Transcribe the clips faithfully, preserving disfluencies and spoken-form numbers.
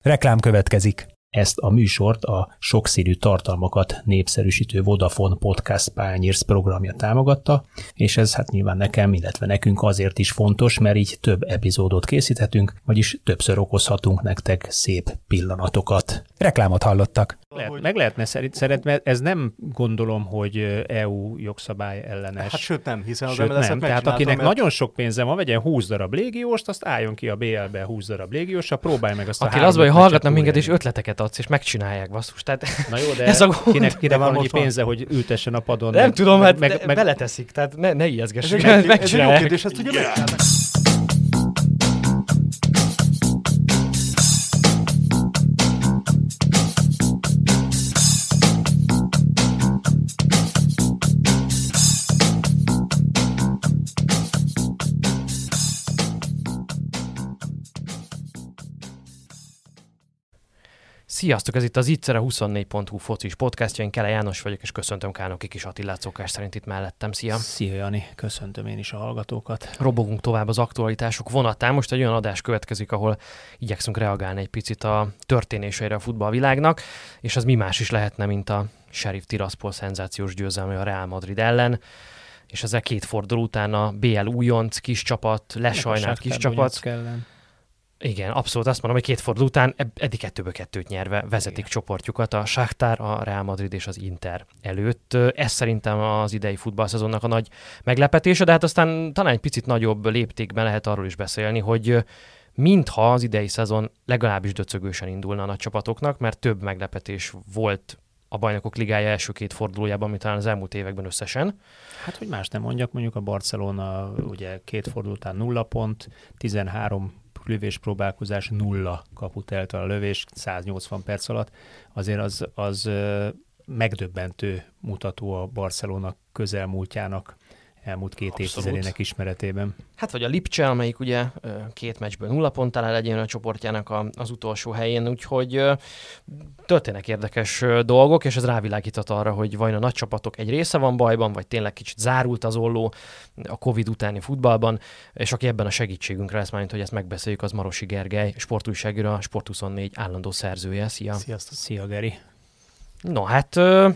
Reklám következik. Ezt a műsort a sokszínű tartalmakat népszerűsítő Vodafone Podcast Pioneers programja támogatta, és ez hát nyilván nekem, illetve nekünk azért is fontos, mert így több epizódot készíthetünk, vagyis többször okozhatunk nektek szép pillanatokat. Reklámot hallottak. Lehet, meg lehetne szeret, mert ez nem gondolom, hogy é u jogszabály ellenes. Hát sőt nem, hiszen sőt, az nem. Tehát akinek mert... nagyon sok pénze van, vegyen húsz darab légióst, azt álljon ki a bé el-be húsz darab légiósra, próbálj meg azt a Aki az vagy, hallgatnak minket és ötleteket adsz, és megcsinálják, basszus. Tehát na jó, de ez a kinek, kinek van annyi pénze, hogy ültessen a padon. Nem meg, tudom, meg, hát meg, meg, beleteszik, tehát ne, ne ijeszgessük. Ez egy, ez egy jó kérdés, ezt ugye megcsinálnak. Sziasztok, ez itt az Ittszer huszonnégy pont hu focis podcastja, én Kele János vagyok, és köszöntöm Kálnoki Kis Attilát szokás szerint itt mellettem. Szia! Szia Jani, köszöntöm én is a hallgatókat. Robogunk tovább az aktualitások vonatán. Most egy olyan adás következik, ahol igyekszünk reagálni egy picit a történéseire a futballvilágnak, és az mi más is lehetne, mint a Sheriff Tiraspol szenzációs győzelme a Real Madrid ellen. És ezzel két forduló után a bé el újonc kis csapat, lesajnált kis csapat. Igen, abszolút azt mondom, hogy két forduló után eddig kettőből kettőt nyerve vezetik igen. csoportjukat a Shakhtar, a Real Madrid és az Inter előtt. Ez szerintem az idei futballszezonnak a nagy meglepetése, de hát aztán talán egy picit nagyobb léptékben lehet arról is beszélni, hogy mintha az idei szezon legalábbis döcögősen indulna a nagy csapatoknak, mert több meglepetés volt a Bajnokok Ligája első két fordulójában, mint talán az elmúlt években összesen. Hát, hogy más nem mondjak, mondjuk a Barcelona ugye két forduló után nulla pont, tizenhárom lövés próbálkozás, nulla kaput eltal a lövés száznyolcvan perc alatt. Azért az, az megdöbbentő mutató a Barcelona közelmúltjának, elmúlt két Abszolút. évtizedének ismeretében. Hát vagy a Lipcse, amelyik ugye két meccsből nulla ponttal áll egyébként a csoportjának a, az utolsó helyén, úgyhogy történnek érdekes dolgok, és ez rávilágított arra, hogy vajon a nagy csapatok egy része van bajban, vagy tényleg kicsit zárult az olló a Covid utáni futballban, és aki ebben a segítségünkre lesz, majd, hogy ezt megbeszéljük, az Marosi Gergely, sportújságíró, a Sport huszonnégy állandó szerzője. Szia! Sziasztok! Szia, Geri! No, hát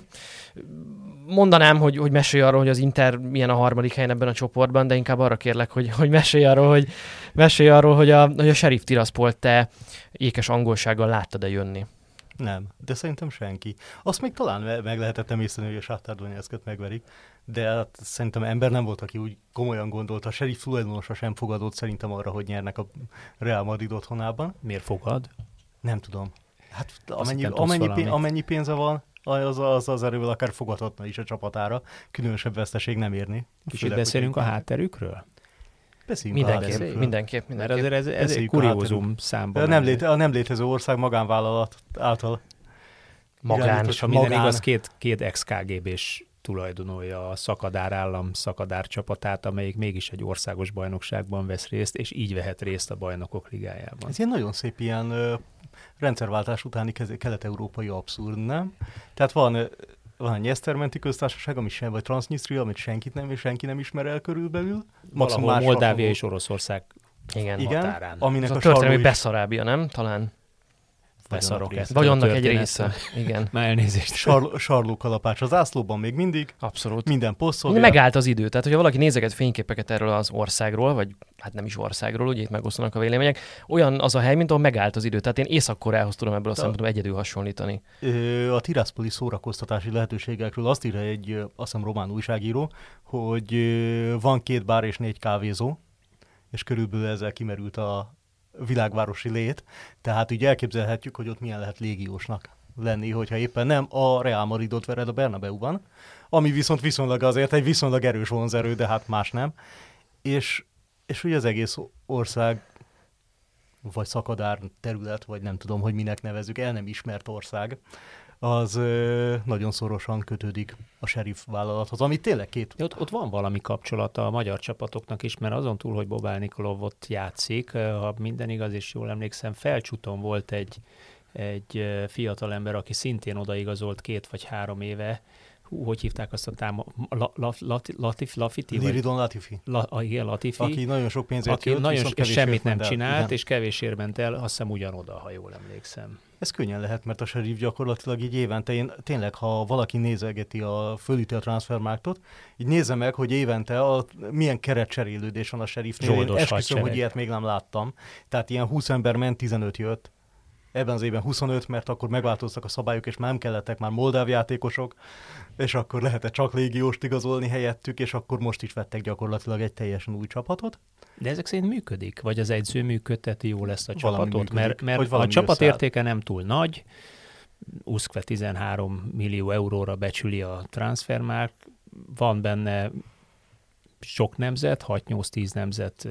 mondanám, hogy, hogy mesélj arról, hogy az Inter milyen a harmadik helyen ebben a csoportban, de inkább arra kérlek, hogy, hogy mesélj arról, hogy, mesélj arról hogy, a, hogy a Sheriff Tiraspol te ékes angolsággal láttad-e jönni. Nem, de szerintem senki. Azt még talán meg lehetett emészteni, hogy a Shakhtar Donetszket megverik, de hát szerintem ember nem volt, aki úgy komolyan gondolta. A Sheriff tulajdonosa sem fogadott szerintem arra, hogy nyernek a Real Madrid otthonában. Miért fogad? Nem tudom. Hát amennyi, amennyi, pénz, amennyi pénze van, az, az az erővel akár fogadhatna is a csapatára. Különösebb veszteség nem érni. Kicsit beszélünk a hátterükről? Beszéljünk mindenképp, a hátterükről. Mindenképp, mindenképp. Mert azért ez, ez egy kuriózum számban. A nem, léte, a nem létező ország magánvállalat által magán. És ha minden igaz, két, két ex-ká gé bés tulajdonolja a Szakadár állam Szakadár csapatát, amelyik mégis egy országos bajnokságban vesz részt, és így vehet részt a Bajnokok Ligájában. Ez ilyen nagyon szép ilyen uh, rendszerváltás utáni kelet-európai abszurd, nem? Tehát van, van a Nyesztermenti köztársaság, ami sem, vagy Transnistria, amit senkit nem, és senki nem ismer el körülbelül. Valahol Moldávia és Oroszország igen, igen, határán. Aminek ez a, a történelmi is... Beszarábia, nem? Talán. Beszarok ezt. Vagy annak egy része. Igen. Már elnézést. Sarl- sarlókalapács az ászlóban még mindig. Abszolút. Minden posztolja. Megállt az idő. Tehát, hogyha valaki nézeget fényképeket erről az országról, vagy hát nem is országról, ugye itt megosztanak a vélemények, olyan az a hely, mint ahol megállt az idő. Tehát én Észak-Koreához tudom ebből a szempontból egyedül hasonlítani. A Tiraspoli szórakoztatási lehetőségekről azt írja egy, azt hiszem, román újságíró, hogy van két bár és négy kávézó, és körülbelül ezzel kimerült a világvárosi lét, tehát úgy elképzelhetjük, hogy ott milyen lehet légiósnak lenni, hogyha éppen nem a Real Madridot vered a Bernabeuban, ami viszont viszonylag azért egy viszonylag erős vonzerő, de hát más nem. És, és ugye az egész ország, vagy szakadár terület, vagy nem tudom, hogy minek nevezzük, el nem ismert ország, az ö, nagyon szorosan kötődik a Sheriff vállalathoz, ami tényleg két... Ott, ott van valami kapcsolata a magyar csapatoknak is, mert azon túl, hogy Bobál Nikolov ott játszik, ha minden igaz, és jól emlékszem, Felcsúton volt egy, egy fiatalember, aki szintén odaigazolt két vagy három éve, hú, hogy hívták azt a táma, la, la, Lati, Latif, Lafiti? Liridon Latifi. La, a, igen, Latifi. Aki nagyon sok pénzért aki jött, nagyon és semmit nem el. csinált, Igen. és kevésért ment el, azt hiszem ugyanoda, ha jól emlékszem. Ez könnyen lehet, mert a Sheriff gyakorlatilag így évente, én tényleg, ha valaki nézegeti a fölüti a transfermarktot, így nézze meg, hogy évente a, milyen keretcserélődés van a Sheriffnél. Én esküszöm, hogy ilyet még nem láttam. Tehát ilyen húsz ember ment, tizenöt jött. Ebben az évben huszonöt, mert akkor megváltoztak a szabályok, és már nem kellettek már moldáv játékosok, és akkor lehetett csak légióst igazolni helyettük, és akkor most is vettek gyakorlatilag egy teljesen új csapatot. De ezek szerint működik? Vagy az edző működteti jól ezt a Valami csapatot? működik, mert mert vagy a csapat összeáll. értéke nem túl nagy, Uszkve tizenhárom millió euróra becsüli a transfermarkt, van benne sok nemzet, hat-nyolc-tíz nemzet,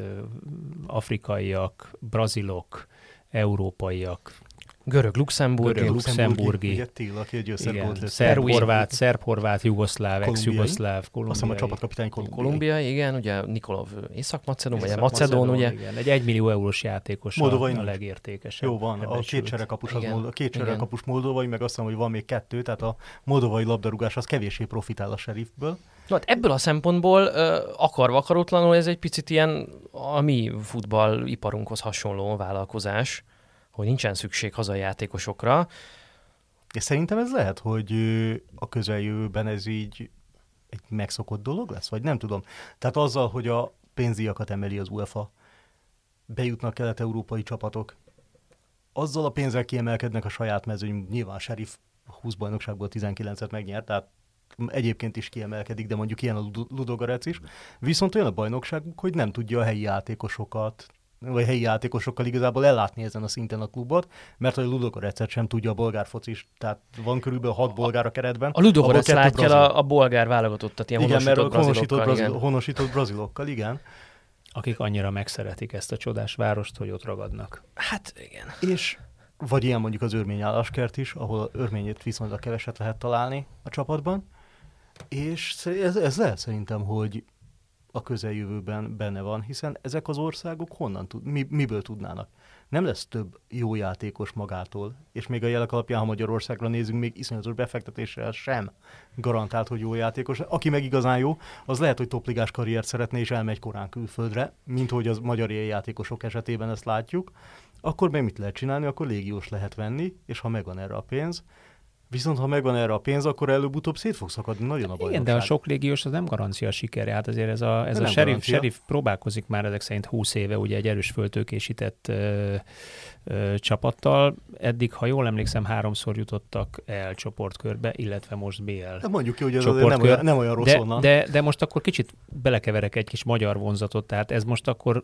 afrikaiak, brazilok, európaiak, Görög, luxemburgi, Görög, luxemburgi, ugye Tilla, aki egy győzszergólt lett. szerb-horvát, szerb-horvát, jugoszláv, ex-jugoszláv, Azt kolumbiai. hiszem a csapatkapitány kolumbiai. Kolumbia, igen, ugye Nikolov észak-macedón, vagy Észak-Macedón, Macedón, ugye. Igen. Egy egymillió eurós játékos Moldovai a, a nagy. legértékesebb. Jó van, Ebben a sült. két cserekapus, az Igen, Mold- a két igen. cserekapus moldovai, meg azt hiszem, hogy van még kettő, tehát a moldovai labdarúgás az kevéssé profitál a Sheriffből. Na, hát ebből a szempontból uh, akarva akaratlanul ez egy picit ilyen a mi futballiparunkhoz hasonló vállalkozás, hogy nincsen szükség hazai játékosokra. És szerintem ez lehet, hogy ö, a közeljövőben ez így egy megszokott dolog lesz, vagy nem tudom. Tehát azzal, hogy a pénzdíjakat emeli az UEFA, bejutnak kelet-európai csapatok, azzal a pénzzel kiemelkednek a saját mezőny, nyilván a Sheriff húsz bajnokságból tizenkilencet megnyert, tehát egyébként is kiemelkedik, de mondjuk ilyen a Ludogorets is. Viszont olyan a bajnokságuk, hogy nem tudja a helyi játékosokat, vagy helyi játékosokkal igazából ellátni ezen a szinten a klubot, mert a Ludogoretset sem tudja a bolgár focis, tehát van körülbelül hat bolgár a keretben. A Ludogorets abból kettő látja brazil. a, a bolgár válogatottat, ilyen Igen, mert honosított a honosított, brazilokkal. brazil, Igen. honosított brazilokkal, igen. Akik annyira megszeretik ezt a csodás várost, hogy ott ragadnak. Hát igen. És vagy ilyen mondjuk az örmény álláskert is, ahol örményét viszonylag keveset lehet találni a csapatban. És ez, ez lehet szerintem, hogy a közeljövőben benne van, hiszen ezek az országok honnan tud, mi, miből tudnának. Nem lesz több jó játékos magától, és még a jelek alapján, ha Magyarországra nézünk, még iszonyatos befektetéssel sem garantált, hogy jó játékos. Aki meg igazán jó, az lehet, hogy topligás karriert szeretne, és elmegy korán külföldre, mint hogy az magyar játékosok esetében ezt látjuk. Akkor meg mit lehet csinálni? Akkor légiós lehet venni, és ha megvan erre a pénz, viszont ha megvan erre a pénz, akkor előbb-utóbb szét fog szakadni nagyon a bajnokság. Igen, de a sok légiós az nem garancia a sikerre. Hát azért ez a, ez a sheriff, sheriff próbálkozik már ezek szerint húsz éve, ugye egy erős föltőkésített ö, ö, csapattal. Eddig, ha jól emlékszem, háromszor jutottak el csoportkörbe, illetve most bé el. De mondjuk ki, hogy ez nem olyan, nem olyan rossz de, onnan. De, de most akkor kicsit belekeverek egy kis magyar vonzatot, tehát ez most akkor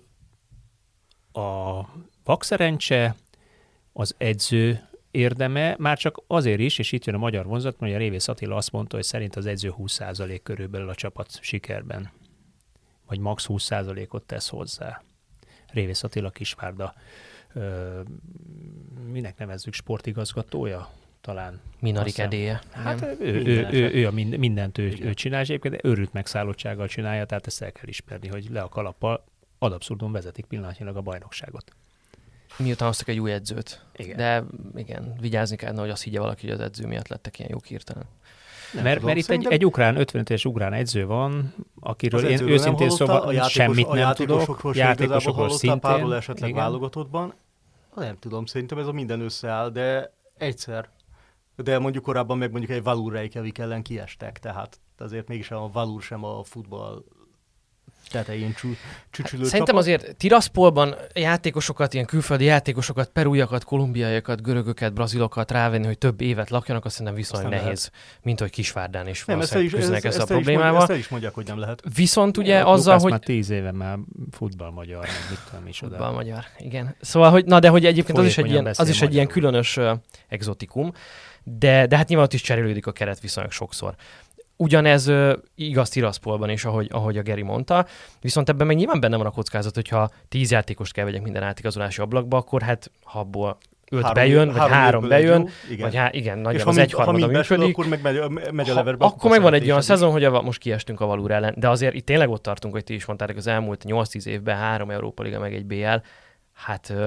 a vakszerencse, az edző érdeme, már csak azért is, és itt jön a magyar vonzat, mert a Révész Attila azt mondta, hogy szerint az edző húsz százalék körülbelül a csapat sikerben, vagy max. húsz százalékot tesz hozzá. Révész Attila Kisvárda, ö, minek nevezzük, sportigazgatója? Talán. Minari kedélye. Hát ő, ő, ő, ő, ő a mind, mindent ő, ő csinál, és egyébként de őrült megszállottsággal csinálja, tehát ezt el kell ismerni, hogy le a kalappal ad abszurdum vezetik pillanatnyilag a bajnokságot. Miután hoztak egy új edzőt. Igen. De igen, vigyázni kellene, hogy azt higgye valaki, hogy az edző miatt lettek ilyen jók hirtelen. Mert, tudom, mert itt egy, egy ukrán, ötvenöt éves ukrán edző van, akiről én őszintén szóval a játékos, semmit a nem tudok. Játékosokról szintén. Párról esetleg igen. Válogatottban. Nem tudom, szerintem ez a minden összeáll, de egyszer. De mondjuk korábban meg mondjuk egy Valur Reykjavik ellen kiestek, tehát azért mégis a Valur sem a futball tetején csü- csücsülő hát, Szerintem csapat. azért Tiraspolban játékosokat, ilyen külföldi játékosokat, perújakat, kolumbiaiakat, görögöket, brazilokat rávenni, hogy több évet lakjanak, azt szerintem viszonylag nehéz, lehet. Mint hogy Kisvárdán is nem, valószínűleg küzdenek ezt, ezzel a ezt problémával. Ezt el is mondják, hogy nem lehet. Viszont ugye ja, azzal, Lukász hogy... már tíz éve már futballmagyar, meg mit tudom is oda. Futballmagyar, igen. Szóval, hogy na de hogy egyébként az is egy ilyen, az is egy ilyen különös uh, exotikum, de, de hát nyilván ott is cserélődik a keret viszonylag sokszor. Ugyanez uh, igaz Tiraspolban is, ahogy, ahogy a Geri mondta, viszont ebben meg nyilván benne van a kockázat, hogyha tíz játékost kell vegyek minden átigazolási ablakba, akkor hát ha abból öt három, bejön, vagy három, három bejön, jó, igen. vagy há, igen, nagyjából az egyharmada működik. Akkor meg megy, megy a leverbe. Ha, akkor meg van egy olyan szezon, hogy a, most kiestünk a Valur ellen, de azért itt tényleg ott tartunk, hogy ti is mondtátok, az elmúlt nyolc-tíz évben három Európa Liga meg egy bé el, hát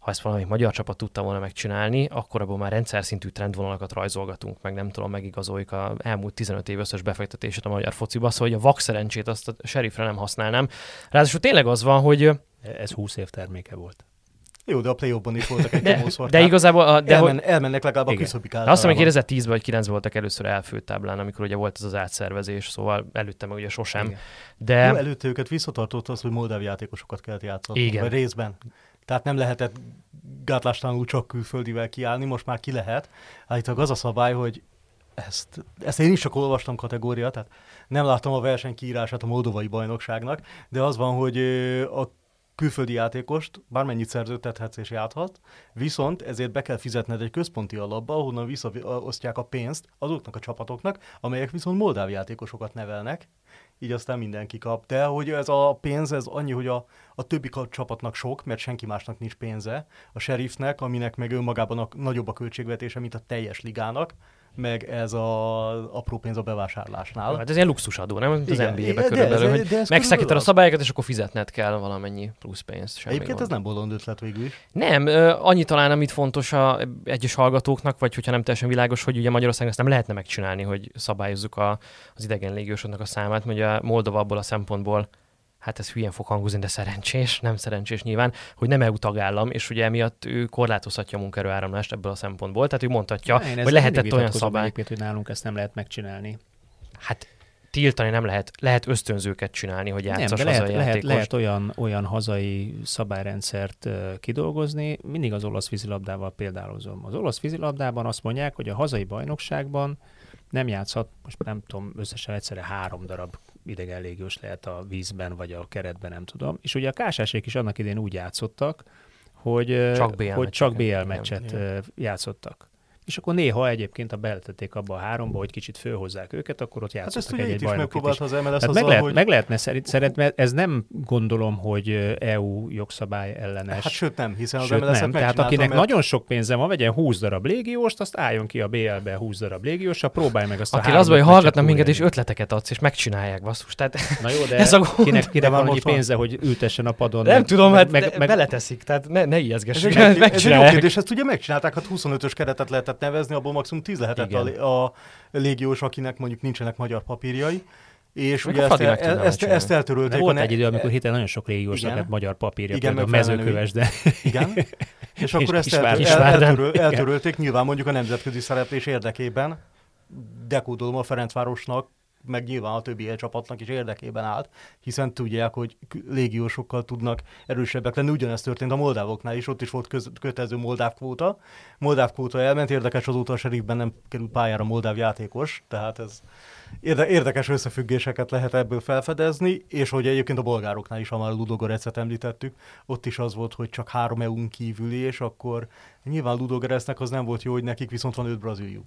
ha ezt valamelyik magyar csapat tudta volna megcsinálni, akkor abból már rendszer szintű trendvonalakat rajzolgatunk, meg nem tudom, megigazoljuk az elmúlt tizenöt év összes befektetését a magyar fociba, szóval hogy a vakszerencsét azt a Sheriffre nem használnám. Ráadásul tényleg az van, hogy... Ez húsz év terméke volt. Jó, de a play-offban is voltak egy de, csomószor. de igazából... A, de elmen, hogy, elmennek legalább a küszöbik általában. Azt hiszem, hogy kétezer-tízben vagy kilencben voltak először elfőtt táblán, amikor ugye volt ez az átszervezés, szóval előtte meg ugye sosem. Igen. De... Jó, előtte őket visszatartott az, hogy moldáv játékosokat kellett játszani. Igen. Vagy részben. Tehát nem lehetett gátlástalanul csak külföldivel kiállni, most már ki lehet. Állítólag az a szabály, hogy ezt, ezt én is csak olvastam kategória, tehát nem láttam a verseny kiírását a moldovai bajnokságnak, de az van, hogy a külföldi játékost bármennyit szerződtethetsz és játhat, viszont ezért be kell fizetned egy központi alapba, ahonnan visszaosztják a pénzt azoknak a csapatoknak, amelyek viszont moldáv játékosokat nevelnek, így aztán mindenki kap. De hogy ez a pénz, ez annyi, hogy a, a többi csapatnak sok, mert senki másnak nincs pénze, a Sheriffnek, aminek meg önmagában a, nagyobb a költségvetése, mint a teljes ligának, meg ez a apró pénz a bevásárlásnál. Hát ez ilyen luxusadó, nem? Az Igen, en bé á-be de körülbelül, ez- hogy de ez megszakítod a az. szabályokat, és akkor fizetned kell valamennyi plusz pénzt. semmi Egyébként ez gond. nem bolond ötlet végül is. Nem, ö, annyi talán, amit fontos a egyes hallgatóknak, vagy hogyha nem teljesen világos, hogy ugye Magyarországon ezt nem lehetne megcsinálni, hogy szabályozzuk a, az idegen légiósoknak a számát, mert ugye Moldova abból a szempontból, hát ez hülyén fog hangozni, de szerencsés, nem szerencsés nyilván, hogy nem é u tagállam, és ugye emiatt ő korlátozhatja a munkaerő áramlást ebből a szempontból. Tehát ő mondhatja, Én ezzel hogy lehetett mindig olyan vitatkozom szabály. egyébként, hogy nálunk ezt nem lehet megcsinálni. Hát tiltani nem lehet, lehet ösztönzőket csinálni, hogy Nem, játszas de lehet, hazai lehet, játékost. lehet olyan, olyan hazai szabályrendszert uh, kidolgozni, mindig az olasz vízilabdával példálozom. Az olasz vízilabdában azt mondják, hogy a hazai bajnokságban nem játszhat, most nem tudom, összesen egyszerre három darab idegen légiós lehet a vízben, vagy a keretben, nem tudom. És ugye a kásásék is annak idén úgy játszottak, hogy Csak bé el hogy csak bé el meccseket. meccset Igen. uh, játszottak. És akkor néha egyébként, ha beletették abba a háromba, hogy kicsit fölhozzák őket, akkor ott Hát ezt játszottak ugye egy-egy itt is bajnokit is. megpróbálta az em el es Tehát azzal, meg, lehet, hogy... meg lehetne szerint, szerint, mert ez nem gondolom, hogy é u jogszabály ellenes. Hát sőt nem, hiszen az Sőt, em el es-et nem. Tehát megcsinálta, akinek mert... nagyon sok pénze van, vegyen húsz darab légióst, azt álljon ki a bé el-be húsz darab légiósra, próbálj meg azt a Aki három az baj, hogy meccset hallgatnak minket, és túlélni. ötleteket adsz, és megcsinálják, basszus. Tehát Na jó, de ez a gond. kinek, kinek De van már annyi most van. pénze, hogy ültessen a padon. nem meg, tudom, meg, hát meg, meg, meg, beleteszik, tehát ne, ne Ez ijeszgessük, egy, egy, ez egy jó megcsinálják. kérdés, ezt ugye megcsinálták, hát huszonötös keretet lehetett nevezni, abból maximum tíz lehetett Igen. a, a légiós, akinek mondjuk nincsenek magyar papírjai. És Meg ugye a ezt, Fradi meg el, tudná ezt, csinálni. ezt eltörölték. de volt a ne- egy idő, amikor hirtelen nagyon sok légiósnak Igen. lett magyar papírja, Igen, például meg mezőköves, de Igen. És akkor ezt Kisvár- eltör, el, Kisvárden. eltöröl, eltörölték, nyilván mondjuk a nemzetközi szereplés érdekében. Dekódolom a Ferencvárosnak, meg nyilván a többi csapatnak is érdekében állt, hiszen tudják, hogy légiósokkal tudnak erősebbek lenni. Ugyanezt történt a moldávoknál is, ott is volt köz, kötelező moldáv kvóta. Moldáv kvóta elment, érdekes, azóta a Sheriffben nem került pályára moldáv játékos, tehát ez érde, érdekes összefüggéseket lehet ebből felfedezni, és hogy egyébként a bolgároknál is, ha már Ludogorецet említettük, ott is az volt, hogy csak három é u-n kívüli, és akkor nyilván Ludogorecnek az nem volt jó, hogy nekik viszont van öt braziljuk.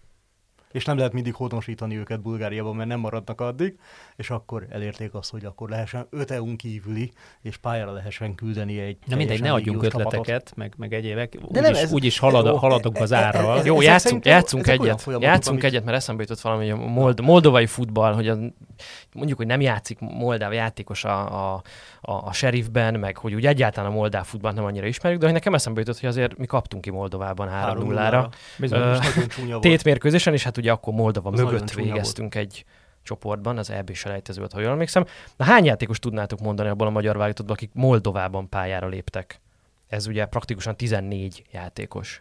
És nem lehet mindig honosítani őket Bulgáriában, mert nem maradnak addig, és akkor elérték azt, hogy akkor lehessen öt é u-n kívüli, és pályára lehessen küldeni egy Na mindegy, ne teljesen adjunk légiós ötleteket, meg, meg egyébek. De nem, Úgyis ez- úgy halad, jó, haladunk az e- e- árral. e- Jó, ezek játszunk, szerintem- játszunk ezek olyan egyet. folyamatok, Játszunk amik- egyet, mert eszembe jutott valami, hogy a mold, moldovai futball, hogy a, mondjuk, hogy nem játszik moldáv játékos a, a, a, a Sheriffben, meg hogy úgy egyáltalán a moldáv futballt nem annyira ismerjük, de hogy nekem eszembe jutott, hogy azért mi kaptunk ki Moldovában három nullára. Bizony. Ö, Nagyon csúnya volt. Tétmérkőzésen, és hát ugye akkor Moldova Az nagyon mögött csúnya végeztünk egy csoportban, az é bé selejtező volt, ha jól emlékszem. Na hány játékos tudnátok mondani abból a magyar válogatottból, akik Moldovában pályára léptek? Ez ugye praktikusan tizennégy játékos.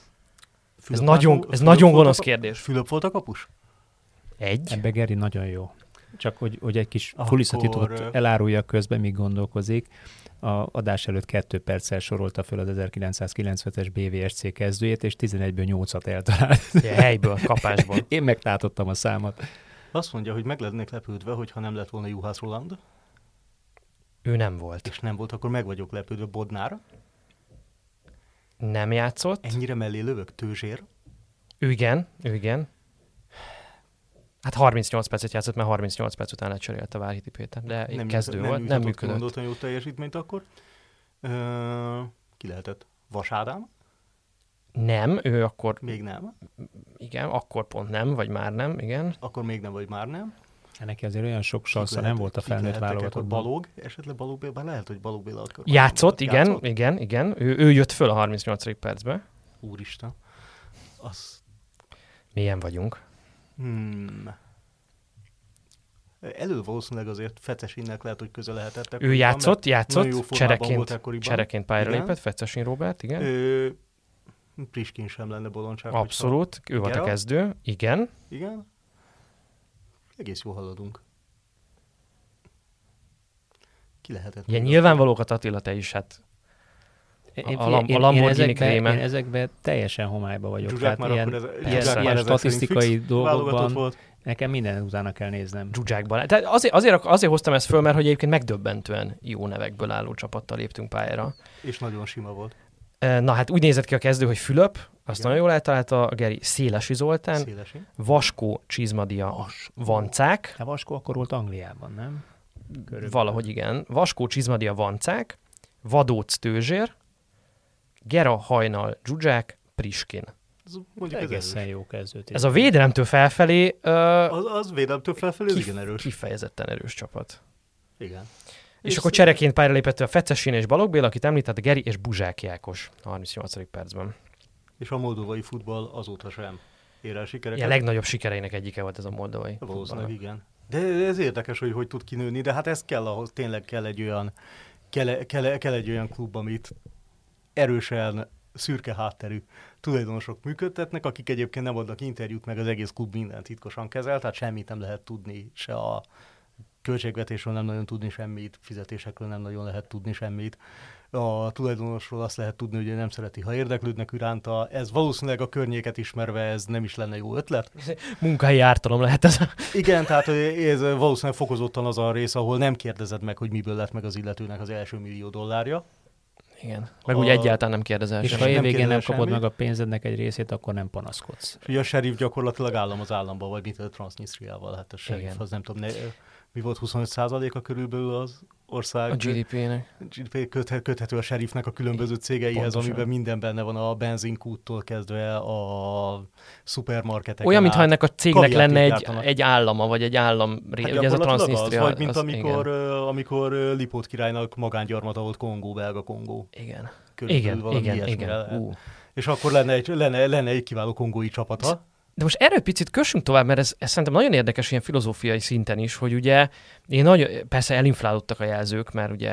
Ez Fülöp nagyon, Márton- ez Fülöp nagyon volt a gonosz kap- kérdés. Fülöp volt a kapus? Egy? Ebbe Geri nagyon jó. Csak hogy, hogy egy kis Akkor, kulisszatitkot ö- eláruljak közben, míg gondolkozik. A adás előtt kettő perccel sorolta föl az ezerkilencszázkilencvenes bé vé es cé kezdőjét, és tizenegyből nyolcat eltalált. Ja, helyből, kapásból. Én megtátottam a számot. Azt mondja, hogy meg lennék lepődve, hogyha nem lett volna Juhász Roland, Ő nem volt. és nem volt, akkor meg vagyok lepődve Bodnár. Nem játszott. Ennyire mellé lövök, Tőzsér. Ő igen, ő igen. Hát harmincnyolc percet játszott, mert harmincnyolc perc után lecserélte Várhiti Péter, de Nem kezdő nyújtott- volt, nem nyújthatott működött. kimondottan jó teljesítményt akkor. Ö, ki lehetett? Vas Ádám? Nem, ő akkor, Még nem. igen, akkor pont nem, vagy már nem, igen. Akkor még nem, vagy már nem. Neki azért olyan sok sansza nem volt a felnőtt válogatottban. Balog, esetleg Balog Béla, bár lehet, hogy Balog Béla akkor... Játszott, igen, játszott? igen, igen. Ő, ő jött föl a harmincnyolcadik percbe. Úristen. Az... Milyen vagyunk? Hmm. Elő valószínűleg azért Fecesinnek lehet, hogy köze lehetett. Ő játszott, játszott, csereként, csereként pályára lépett, Fecesin Róbert, igen. Ö, Priskin sem lenne bolondság. Abszolút, ő volt a kezdő, igen. Igen? Egész jól haladunk. Ki lehetett? Igen, nyilvánvalókat Attila, te is, hát Én, a, a, a Lamborghini kréme. Én ezekben teljesen homályba vagyok. Zsuzsák már ilyen, akkor ez, ilyen, ilyen statisztikai dolgokban nekem minden utána kell néznem. Zsuzsákban. Tehát azért, azért, azért hoztam ezt föl, mert hogy egyébként megdöbbentően jó nevekből álló csapattal léptünk pályára. És nagyon sima volt. Na hát úgy nézett ki a kezdő, hogy Fülöp, azt igen. nagyon jól eltalálta a Geri, Szélesi Zoltán, Szélesi. Vaskó Csizmadia, Vaskó. Vancák. Hát Vaskó akkor volt Angliában, nem? Körülbelül. Valahogy igen. Vaskó Csizmadia, Vancák, Vadóc Tőzsér, Gera Hajnal Zsuzsák, Priskin. Ez egészen jó kezdőt. Ez a védelemtől felfelé... Uh, az, az védelemtől felfelé, kif- igen erős. Kifejezetten erős csapat. Igen. És, és akkor csereként pályára lépett a Fecesin és Balog Béla, akit említett, Geri és Buzsák Jákos a harmincnyolcadik percben. És a moldovai futball azóta sem ér el sikereket. A legnagyobb sikereinek egyike volt ez a moldovai. Valószínűleg igen. De ez érdekes, hogy hogy tud kinőni, de hát ez kell ahhoz, tényleg kell egy olyan, kell, kell, kell egy olyan klub, amit erősen szürke hátterű tulajdonosok működtetnek, akik egyébként nem adnak interjút, meg az egész klub mindent titkosan kezel, tehát semmit nem lehet tudni, se a költségvetésről nem nagyon tudni semmit, fizetésekről nem nagyon lehet tudni semmit. A tulajdonosról azt lehet tudni, hogy ő nem szereti, ha érdeklődnek iránta. Ez valószínűleg a környéket ismerve ez nem is lenne jó ötlet. Munkahelyi ártalom lehet ez. Igen, tehát ez valószínűleg fokozottan az a rész, ahol nem kérdezed meg, hogy miből lett meg az illetőnek az első millió dollárja. Igen. Meg a... úgy egyáltalán nem kérdezel. És ha évvégén nem kapod meg a pénzednek egy részét, akkor nem panaszkodsz. És ugye a sheriff gyakorlatilag állam az államba, vagy mint a Transnistriával, hát a sheriff, az nem tudom, ne, mi volt huszonöt százaléka körülbelül az ország. A gé dé pének. gé dé pé köthet, köthető a sheriffnek a különböző cégeihez, pontosan. Amiben minden benne van, a benzinkúttól kezdve a szupermarketeken. Olyan, mintha ennek a cégnek lenne egy, egy állama, vagy egy állam része, hát ugye ez a Transnistria. Az, vagy mint az, amikor, uh, amikor Lipót királynak magángyarmata volt Kongó, belga Kongó. Igen. Körülbelül igen, igen, igen. Uh. És akkor lenne egy, lenne, lenne egy kiváló kongói csapata. De most erről picit kössünk tovább, mert ez, ez szerintem nagyon érdekes ilyen filozófiai szinten is, hogy ugye én nagyon, persze elinflálódtak a jelzők, mert ugye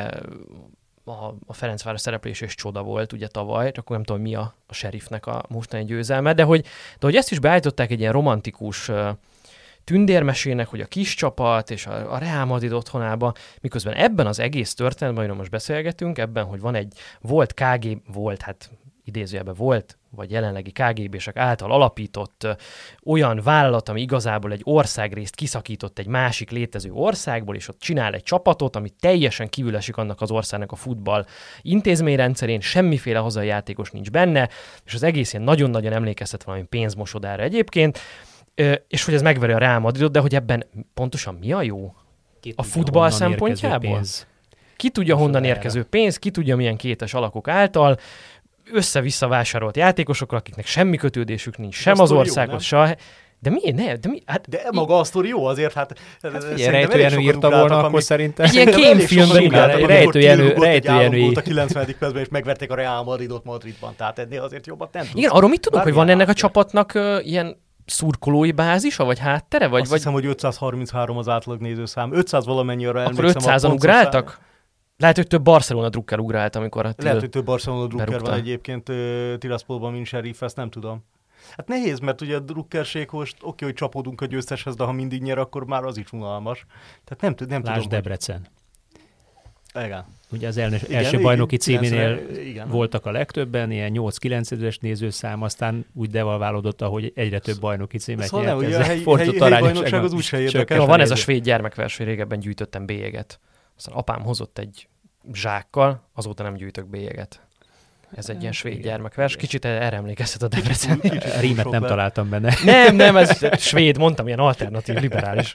a, a Ferencváros szereplés és csoda volt ugye tavaly, csak nem tudom mi a, a sheriffnek a mostani győzelme, de hogy, de hogy ezt is beállították egy ilyen romantikus uh, tündérmesének, hogy a kis csapat és a, a Real Madrid otthonába, miközben ebben az egész történetben, majd most beszélgetünk, ebben, hogy van egy volt ká gé, volt, hát idézőjelben volt, vagy jelenlegi ká gé bések által alapított ö, olyan vállalat, ami igazából egy országrészt kiszakított egy másik létező országból, és ott csinál egy csapatot, ami teljesen kívül esik annak az országnak a futball intézményrendszerén, semmiféle hazai játékos nincs benne, és az egész ilyen nagyon-nagyon emlékeztet valami pénzmosodára egyébként, ö, és hogy ez megveri a Real Madridot, de hogy ebben pontosan mi a jó? Ki a futball szempontjából? Ki tudja, honnan érkező pénz, ki tudja, milyen kétes alakok által, össze-vissza vásárolt játékosokról, akiknek semmi kötődésük nincs, sem az országhoz, se... De mi? Ne, de mi? Hát, de maga a sztori jó, azért hát... hát figyelj, Rejtőjenő írta volna, akkor ami... szerintem... Egy ilyen kémfilmben Rejtőjenő... Rejtőjenő... a kilencvenedik percben, és megverték a Real Madridot Madridban, tehát ennél azért jobbat nem tudsz. Igen, arról mit tudunk, hogy van ennek a csapatnak uh, ilyen szurkolói bázisa, vagy háttere? Vagy, Azt vagy... hiszem, hogy ötszázharminchárom az átlag nézőszám. ötszáz valamennyire emlékszem. Akkor ötszázan ugráltak? Lehet, hogy több Barcelona drukker ugrált, amikor a Lehet, hogy több Barcelona drukker van egyébként uh, Tiraspolban, mint Sheriff, ezt nem tudom. Hát nehéz, mert ugye a drukkerséghoz oké, hogy csapódunk a győzteshez, de ha mindig nyer, akkor már az is unalmas. Tehát nem, nem Lásd tudom, Debrecen. Hogy... Igen. Ugye az elnös, igen, első bajnoki címénél igen. voltak a legtöbben, ilyen nyolc-kilenc ezres nézőszám, aztán úgy devalválódott, ahogy egyre több bajnoki címet szóval nyert. Nem, ugye a helyi, helyi, helyi bajnokság az úgy se érdekes. Van ez a svéd gyermekverseny, régebben gyűjtöttem bélyeget. Aztán apám hozott egy zsákkal, azóta nem gyűjtök bélyeget. Ez egy ilyen svéd gyermekvers. Kicsit erre emlékeztet a Debrecen. Rímet nem találtam benne. Nem, nem, ez svéd, mondtam, ilyen alternatív, liberális.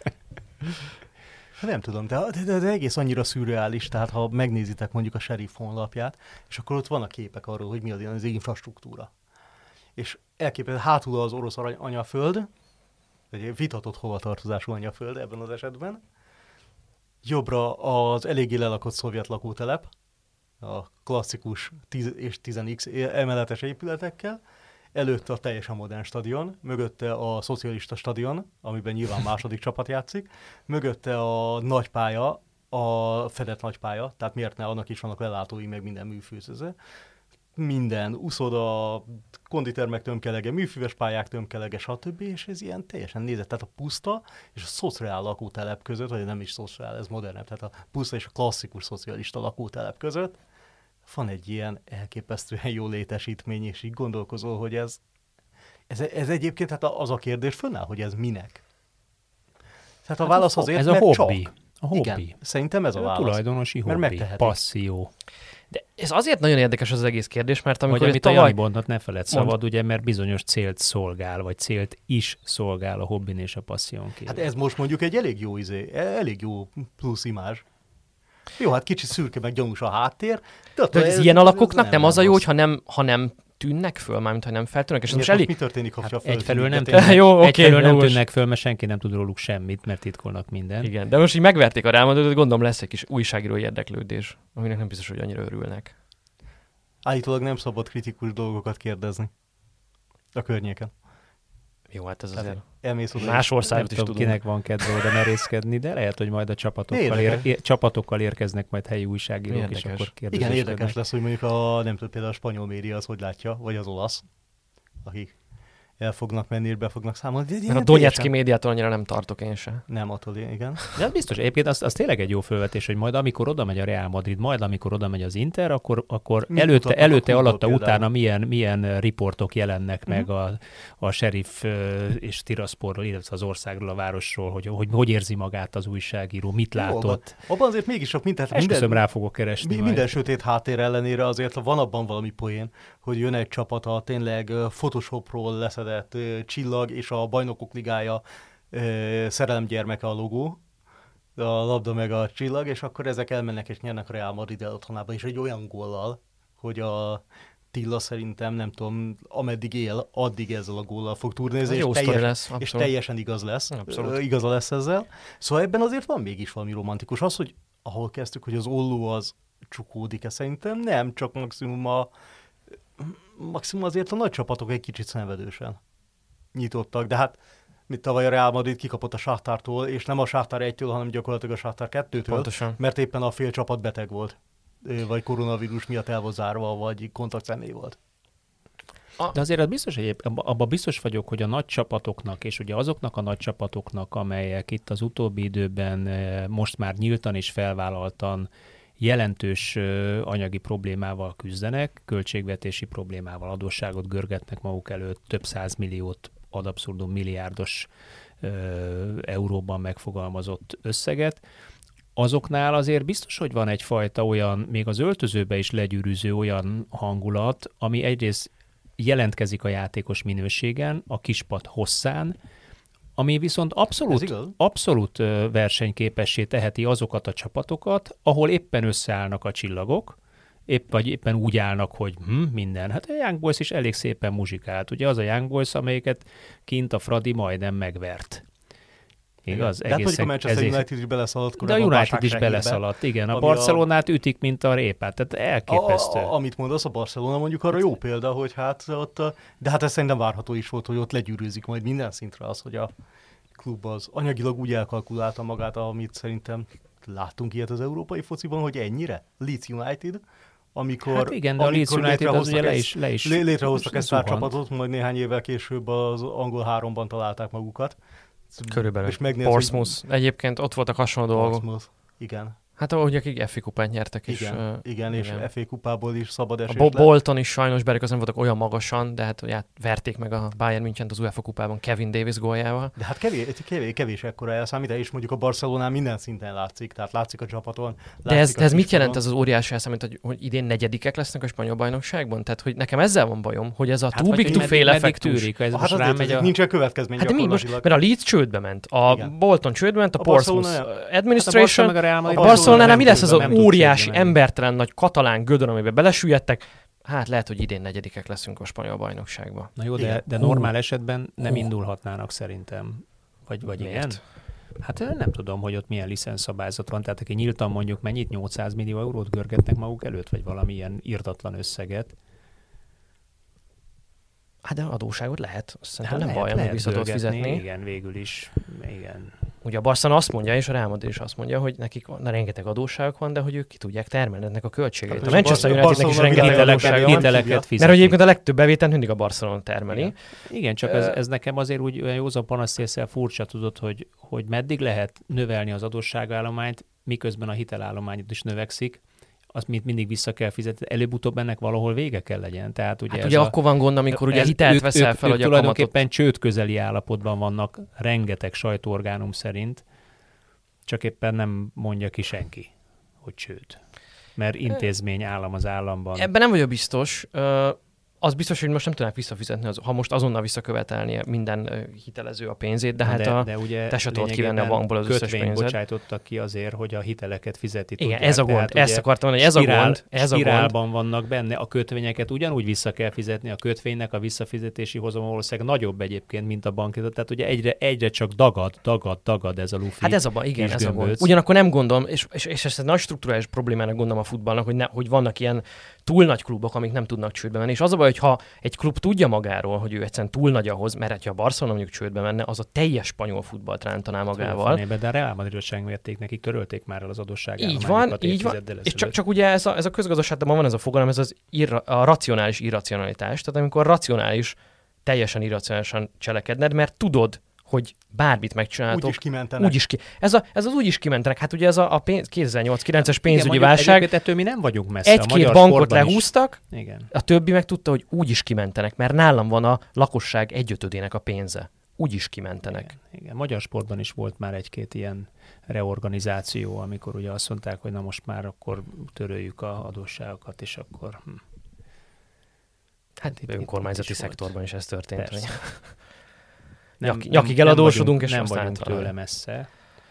Nem tudom, de, de, de egész annyira szürreális, tehát ha megnézitek mondjuk a Sheriff honlapját, és akkor ott vannak képek arról, hogy mi az, az infrastruktúra. És elképesztő, hátul az orosz anyaköld, egy vitatott hovatartozású anyaföld ebben az esetben. Jobbra az eléggé lelakott szovjet lakótelep, a klasszikus tíz és tíz x emeletes épületekkel, előtte a teljesen modern stadion, mögötte a szocialista stadion, amiben nyilván második csapat játszik, mögötte a nagypálya, a fedett nagypálya, tehát miért ne, annak is vannak lelátói, meg minden műfőző. Minden, uszoda, konditermek tömkelege, műfüves pályák tömkelege, stb. És ez ilyen teljesen nézett. Tehát a puszta és a szociál lakótelep között, vagy nem is szociál, ez modernebb, tehát a puszta és a klasszikus szocialista lakótelep között van egy ilyen elképesztően jó létesítmény, és így gondolkozol, hogy ez, ez, ez egyébként hát az a kérdés fönnáll, hogy ez minek. Tehát a hát válasz azért, ez a mert hobbi. csak. A hobbi. Igen, szerintem ez a válasz. A tulajdonosi hobbi, passzió. De ez azért nagyon érdekes az egész kérdés, mert amikor... Vagy amit tavaly... a Jani mondott, ne feled szabad, ugye, mert bizonyos célt szolgál, vagy célt is szolgál a hobbin és a passzión kívül. Hát ez most mondjuk egy elég jó izé, elég jó plusz imázs. Jó, hát kicsi szürke, meg gyanús a háttér. De, de ez, ez ilyen alakoknak nem, nem az a jó, hogyha nem, ha nem tűnnek föl, mármint ha nem feltűnnek. És most elég... mi történik, ha hát egyfelől nem, tűnnek, jó, egyfelől nem tűnnek föl, mert senki nem tud róluk semmit, mert titkolnak minden. Igen, de most így megverték a Real Madridot, gondolom lesz egy kis újságírói érdeklődés, aminek nem biztos, hogy annyira örülnek. Állítólag nem szabad kritikus dolgokat kérdezni a környéken. Jó, hát ez azért más országot is tudunk. Kinek van kedve oda merészkedni, de lehet, hogy majd a csapatokkal, ér, ér, csapatokkal érkeznek majd helyi újságírók, érdekes. És akkor kérdezéskednek. Igen, érdekes lesz, hogy mondjuk a, nem tudom, például a spanyol média az hogy látja, vagy az olasz, akik el fognak menni, és be fognak számolni. Mert a Donetszki médiától annyira nem tartok én se. Nem, attól igen. De biztos, egyébként az, az tényleg egy jó felvetés, hogy majd amikor oda megy a Real Madrid, majd amikor oda megy az Inter, akkor, akkor előtte, előtte alatta, utána milyen, milyen riportok jelennek uh-huh. meg a, a sheriff és Tiraspolról, illetve az országról, a városról, hogy hogy, hogy érzi magát az újságíró, mit látott. Jó, abban, abban azért mégis sok mindent. Esküszöm, rá fogok keresni. Mi, minden sötét háttér ellenére azért van abban valami poén, hogy jön egy csapata tényleg Photoshopról leszedett csillag, és a Bajnokok Ligája szerelemgyermeke a logó, a labda meg a csillag, és akkor ezek elmennek és nyernek a Real Madrid el otthonába, és egy olyan góllal, hogy a Tilla szerintem, nem tudom, ameddig él, addig ezzel a góllal fog turnézni, és, teljes, lesz, és teljesen igaz lesz. Abszolút. Igaza lesz ezzel. Szóval ebben azért van mégis valami romantikus. Az, hogy ahol kezdtük, hogy az olló az csukódik-e, szerintem nem, csak maximum a maximum azért a nagy csapatok egy kicsit szenvedősen nyitottak, de hát mit tavaly a Real Madrid kikapott a Sáktártól, és nem a Sáktár egytől, hanem gyakorlatilag a Sáktár kettőtől, pontosan. Mert éppen a fél csapat beteg volt, vagy koronavírus miatt el volt zárva, vagy kontaktszemély volt. De azért az biztos, hogy abban biztos vagyok, hogy a nagy csapatoknak, és ugye azoknak a nagy csapatoknak, amelyek itt az utóbbi időben most már nyíltan és felvállaltan jelentős anyagi problémával küzdenek, költségvetési problémával, adósságot görgetnek maguk előtt, több százmilliót, ad abszurdum milliárdos ö, euróban megfogalmazott összeget. Azoknál azért biztos, hogy van egyfajta olyan, még az öltözőbe is legyűrűző olyan hangulat, ami egyrészt jelentkezik a játékos minőségen, a kispad hosszán, ami viszont abszolút, abszolút versenyképessé teheti azokat a csapatokat, ahol éppen összeállnak a csillagok, épp vagy éppen úgy állnak, hogy hm, minden. Hát a Young Boys is elég szépen muzsikált. Ugye az a Young Boys, amelyiket kint a Fradi majdnem megvert. Igaz? De hát mondjuk a Manchester ezért... United is beleszaladt. De a United is beleszaladt, igen. A Barcelonát a... ütik, mint a répát, tehát elképesztő. A, a, amit mondasz, a Barcelona mondjuk arra jó példa, hogy hát ott, de hát ez szerintem várható is volt, hogy ott legyűrűzik majd minden szintre az, hogy a klub az anyagilag úgy elkalkulálta magát, amit szerintem láttunk ilyet az európai fociban, hogy ennyire. Leeds United, amikor... Hát igen, de a Leeds United az ugye le is... Le is létrehoztak ezt a csapatot, majd néhány évvel később az angol háromban találták magukat. Körülbelül. Portsmouth. Egyébként ott voltak hasonló dolgok. Igen. Hát ahogy akik ef á kupát nyertek is. Igen, uh, igen, és igen. ef á kupából is szabad esés A Bo- Bolton is sajnos, bár nem voltak olyan magasan, de hát já, verték meg a Bayern Münchent az UEFA kupában Kevin Davis góljával. De hát kevés, kevés, kevés ekkora elszámít, és mondjuk a Barcelonán minden szinten látszik, tehát látszik a csapaton. De ez, de ez mit jelent ez az óriási elszámít, hogy, hogy idén negyedikek lesznek a spanyol bajnokságban? Tehát, hogy nekem ezzel van bajom, hogy ez a hát too big to fail effektus. Ez hát az rámegy a... Nincsen következmény hát gyakorlatilag. Most, mert a Leeds csődbe ment, a igen. Bolton csődbe ment, a, a Portsmouth Administration, hát a, a Barcelonánál mi lesz az óriási, embertelen nagy katalán gödör, amiben belesüllyedtek, hát lehet, hogy idén negyedikek leszünk a spanyol bajnokságban. Na jó, de, de normál esetben nem uh. indulhatnának szerintem Vagy, vagy Miért? igen? Hát nem tudom, hogy ott milyen licenszabályzat van, tehát aki nyíltan mondjuk mennyit, nyolcszáz millió eurót görgetnek maguk előtt, vagy valamilyen írtatlan összeget. Hát de adóságot lehet. Szerintem Hát nem lehet, baj, amíg lehet vissza tudod görgetni, fizetni. Igen, végül is. Igen. Ugye a Barcelona azt mondja, és a Real Madrid is azt mondja, hogy nekik na, rengeteg adósságok van, de hogy ők ki tudják termelni ennek a költségeit. Hát a Manchester a Unitednek is rengeteg Hiteleket, adóssága van. hiteleket fizeti. Mert hogy egyébként a legtöbb bevételt mindig a Barcelona termeli. Igen, Igen csak ez, ez nekem azért úgy olyan józan panasztérszel furcsa tudod, hogy, hogy meddig lehet növelni az adósságállományt, miközben a hitelállományt is növekszik, azt mind, mindig vissza kell fizetni. Előbb-utóbb ennek valahol vége kell legyen. Tehát ugye, Hát ez ugye a, akkor van gond, amikor ugye ez, hitelt ők, veszel ők, fel, ők hogy a kamatot... tulajdonképpen csőd közeli állapotban vannak rengeteg sajtóorgánum szerint, csak éppen nem mondja ki senki, hogy csőd. Mert intézmény állam az államban. Ebben nem vagyok biztos. Ö, az biztos, hogy most nem tudnák visszafizetni, az, ha most azonnal visszakövetelni minden ö, hitelező a pénzét, de hát de, a, de ugye te se tudod kivenni a bankból az összes kötvényt pénzet. bocsájtottak ki azért, hogy a hiteleket fizeti Igen, tudják. ez a gond. Tehát Ezt ugye akartam mondani, hogy ez spirál, a gond. Ez a gond. spirálban vannak benne, a kötvényeket ugyanúgy vissza kell fizetni, a kötvénynek a visszafizetési hozama valószínűleg nagyobb egyébként, mint a banki. Tehát ugye egyre, egyre csak dagad, dagad, dagad ez a lufi. Hát ez a, igen, ez a gond. gömböc. Ugyanakkor nem gondolom, és, és, és ezt egy nagy strukturális problémának gondolom a futballnak, hogy, ne, hogy vannak ilyen túl nagy klubok, amik nem tudnak csődbe menni. És az a baj, hogy ha egy klub tudja magáról, hogy ő egyszerűen túl nagy ahhoz, mert ha a Barcelona mondjuk csődbe menne, az a teljes spanyol futballt rántaná magával. Fenébe, de a Real Madridot sem mérték nekik, törölték már el az Így van, így van. És csak, csak ugye ez a, ez a közgazdaságban van ez a fogalom, ez az irra, a racionális irracionalitás. Tehát amikor racionális, teljesen irracionálisan cselekedned, mert tudod, hogy bármit megcsináltok. Úgy is kimentenek. Úgy is ki. Ez, a, ez az úgy is kimentenek. Hát ugye ez a, a pénz, kétezer-nyolc-kilences pénzügyi Igen, válság. ettől mi nem vagyunk messze. Egy-két bankot lehúztak, Igen. a többi meg tudta, hogy úgy is kimentenek, mert nálam van a lakosság egyötödének a pénze. Úgy is kimentenek. Igen, igen. Magyar sportban is volt már egy-két ilyen reorganizáció, amikor ugye azt mondták, hogy na most már akkor töröljük a adósságokat, és akkor... Hm. Hát itt önkormányzati is szektorban volt. Is ez történt. Hogy... Nem, Nyak, nyakig nem, eladósodunk, nem és vagyunk, aztán nem vagyunk tőle messze.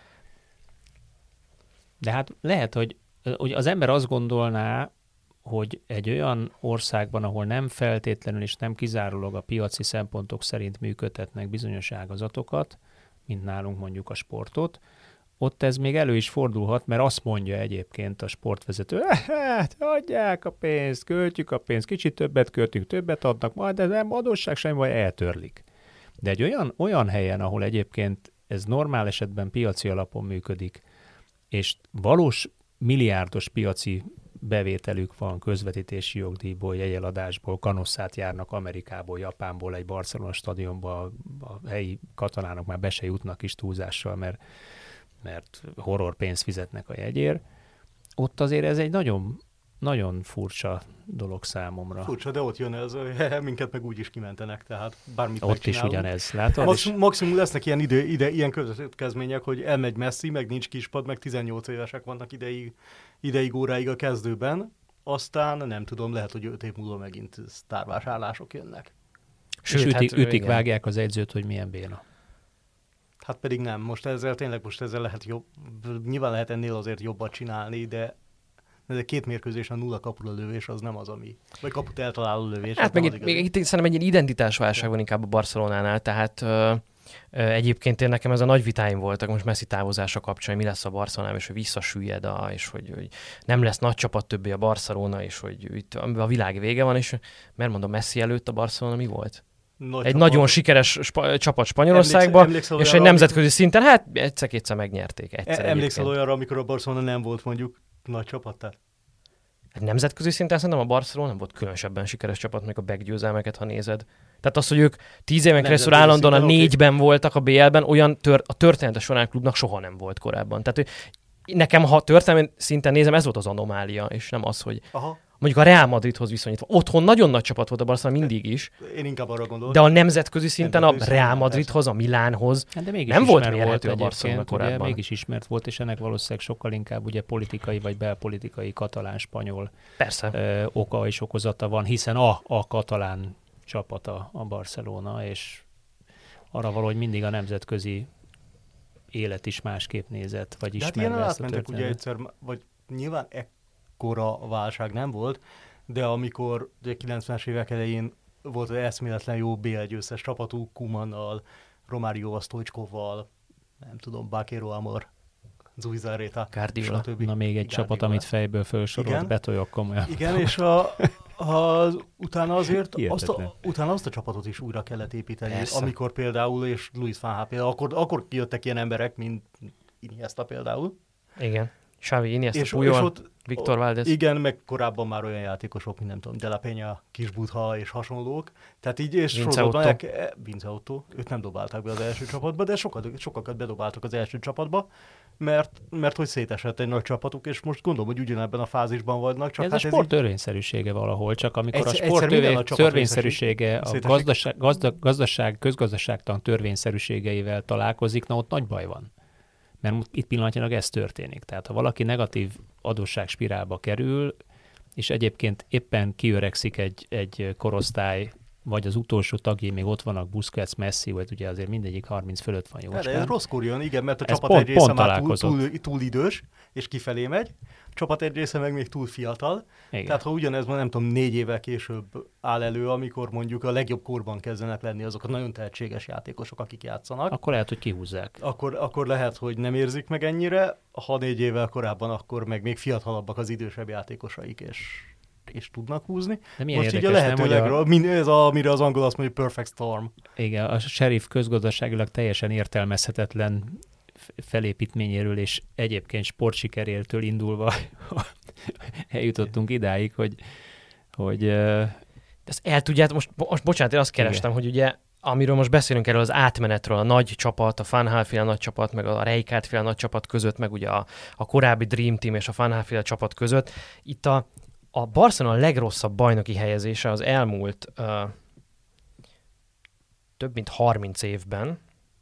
De hát lehet, hogy, hogy az ember azt gondolná, hogy egy olyan országban, ahol nem feltétlenül és nem kizárólag a piaci szempontok szerint működtetnek bizonyos ágazatokat, mint nálunk mondjuk a sportot, ott ez még elő is fordulhat, mert azt mondja egyébként a sportvezető, hát adják a pénzt, költjük a pénzt, kicsit többet költünk, többet adnak, majd de nem adósság semmi, vagy eltörlik. De egy olyan, olyan helyen, ahol egyébként ez normál esetben piaci alapon működik, és valós milliárdos piaci bevételük van közvetítési jogdíjból, jegyeladásból, kanosszát járnak Amerikából, Japánból, egy Barcelona stadionba, a helyi katalánok már be se jutnak is túlzással, mert, mert horror pénzt fizetnek a jegyért. Ott azért ez egy nagyon, nagyon furcsa dolog számomra. Furcsa, de ott jön ez, hogy minket meg úgy is kimentenek, tehát bármit ott is ugyanez, látod? Max, maximum lesznek ilyen, ide, ide, ilyen következmények, hogy elmegy Messi, meg nincs kispad, meg tizennyolc évesek vannak ideig, ideig óráig a kezdőben, aztán nem tudom, lehet, hogy öt év múlva megint sztárvásárlások jönnek. Sőt, és ütik, hát, ütik vágják az edzőt, hogy milyen béna. Hát pedig nem, most ezzel tényleg most ezzel lehet jobb, nyilván lehet ennél azért jobbat csinálni, de de két mérkőzés a nulla kapura lövés az nem az, ami... Vagy kaput eltaláló lövés. Hát meg itt, még itt szerintem egy ilyen identitásválság van inkább a Barcelonánál, tehát ö, ö, egyébként én nekem ez a nagy vitáim voltak most Messi távozása kapcsán, hogy mi lesz a Barcelonában, és hogy visszasüllyed, a, és hogy, hogy nem lesz nagy csapat többé a Barcelona, és hogy itt a világ vége van, és mert mondom, Messi előtt a Barcelona mi volt? Nagy egy csapat. Nagyon sikeres spa- csapat Spanyolországban, Emléksz, és egy nemzetközi amikor... szinten, hát egyszer-kétszer megnyerték. Egyszer Emlékszel olyanra, amikor a Barcelona nem volt mondjuk nagy csapat? Tehát? Hát nemzetközi szinten szerintem a Barcelona nem volt különösebben sikeres csapat, még a backgyőzelmeket, ha nézed. Tehát az, hogy ők tíz éven keresztül állandóan a négyben okay. voltak a bé el-ben, olyan tör, a története során klubnak soha nem volt korábban. Tehát nekem, ha történelmi szinten nézem, ez volt az anomália, és nem az, hogy Aha. mondjuk a Real Madridhoz viszonyítva. Otthon nagyon nagy csapat volt a Barcelona mindig is. Én inkább arra gondolok. De a nemzetközi szinten a Real Madridhoz, a Milánhoz hát nem volt mérhető a Barcelona korábban. Ugye, mégis ismert volt, és ennek valószínűleg sokkal inkább ugye politikai vagy belpolitikai katalán-spanyol ö, oka és okozata van, hiszen a, a katalán csapata a Barcelona, és arra valahogy mindig a nemzetközi élet is másképp nézett, vagy ismerve hát ezt a történetet. Ugye egyszer, vagy nyilván ekkora válság nem volt, de amikor ugye kilencvenes évek elején volt egy eszméletlen jó bé el győztes csapatú Kumannal, Romárióval, Stoichkovval, nem tudom, Bakero Amor, Zubizarreta, Guardiola. stb. Na még egy Guardiola. csapat, amit fejből felsorolt, betoljak komolyan. Igen, és a, a, utána azért azt Hihetetlen. a, utána azt a csapatot is újra kellett építeni, Persze. amikor például, és Luis van Gaal például, akkor, akkor kijöttek ilyen emberek, mint Iniesta például. Igen. Xavi, Iniesta, És, Puyol, és ott, Viktor Valdez. Igen, meg korábban már olyan játékosok, mint nem tudom, De La Peña, Kisbutha és hasonlók. Tehát így, és Vince sorozatban Otto. el- Vince Otto, őt nem dobálták be az első csapatba, de sokat, sokakat bedobáltak az első csapatba, mert, mert hogy szétesett egy nagy csapatuk, és most gondolom, hogy ugyanebben a fázisban vannak. Csak Ez hát a sport törvényszerűsége valahol, csak amikor Egyszer- a egyszer sport minden a törvény- csapat törvényszerűsége a szétesik. gazdaság, gazdag, gazdaság, közgazdaságtan törvényszerűségeivel találkozik, na ott nagy baj van. Mert itt pillanatnyilag ez történik. Tehát ha valaki negatív adósságspirálba kerül, és egyébként éppen kiöregszik egy, egy korosztály, vagy az utolsó tagjai még ott vannak, Busquets, Messi, vagy ugye azért mindegyik harminc fölött van De ez jócskán. rosszkor jön, igen, mert a Ez csapat pont- egy része pont már túl, találkozott. túl, túl idős, és kifelé megy, a csapat egy része meg még túl fiatal. Igen. Tehát ha ugyanez van, nem tudom, négy évvel később áll elő, amikor mondjuk a legjobb korban kezdenek lenni azok a nagyon tehetséges játékosok, akik játszanak, Akkor lehet, hogy kihúzzák. akkor, akkor lehet, hogy nem érzik meg ennyire, ha négy évvel korábban, akkor meg még fiatalabbak az idősebb játékosaik, és, és tudnak húzni. De milyen Most így a érdekes, lehető nem, hogy a- legről, min- ez a, amire az angol azt mondja, perfect storm. Igen, a sheriff közgazdaságilag teljesen értelmezhetetlen f- felépítményéről és egyébként sportsikerétől indulva eljutottunk idáig, hogy, hogy ö, De ezt el tudját, most, most bocsánat, én azt kerestem, hogy ugye amiről most beszélünk erről az átmenetről, a nagy csapat, a Van Gaal-féle nagy csapat, meg a Rijkaard-féle nagy csapat között, meg ugye a, a korábbi Dream Team és a Van Gaal-féle csapat között. Itt a, a Barcelona legrosszabb bajnoki helyezése az elmúlt uh, több mint harminc évben,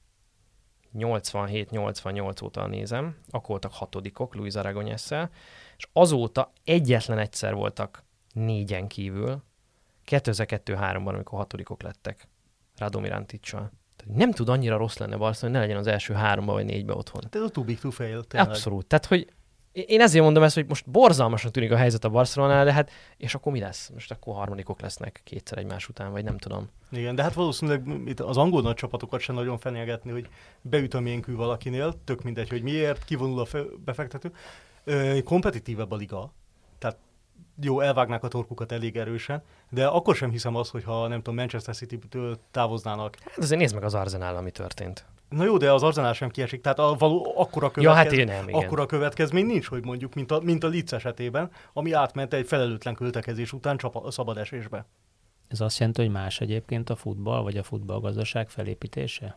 nyolcvanhét nyolcvannyolc óta nézem, akkor voltak hatodikok Luis Aragonés-szel, és azóta egyetlen egyszer voltak négyen kívül, kétezer-kettő háromban, amikor hatodikok lettek Radomir Anticsal. Tehát nem tud annyira rossz lenne Barcelona, hogy ne legyen az első háromba vagy négybe otthon. Hát ez a too big to fail, tényleg. Abszolút. Tehát, hogy én ezért mondom ezt, hogy most borzalmasan tűnik a helyzet a Barcelonánál, de hát, és akkor mi lesz? Most akkor harmadikok lesznek kétszer egymás után, vagy nem tudom. Igen, de hát valószínűleg itt az angol nagy csapatokat sem nagyon fenyegetni, hogy beüt a ménkű valakinél, tök mindegy, hogy miért, kivonul a fe- befektető. Ö, kompetitívebb a liga, tehát jó, elvágnák a torkukat elég erősen, de akkor sem hiszem azt, hogy ha nem tudom, Manchester City-től távoznának. Hát azért nézd meg az Arsenal, ami történt. Na jó, de az Arsenal sem kiesik, tehát a való, akkora, Ja, hát következ... én nem, igen. akkora következmény nincs, hogy mondjuk, mint a, mint a Leeds esetében, ami átment egy felelőtlen költekezés után csapa, szabad esésbe. ez azt jelenti, hogy más egyébként a futball, vagy a futballgazdaság felépítése?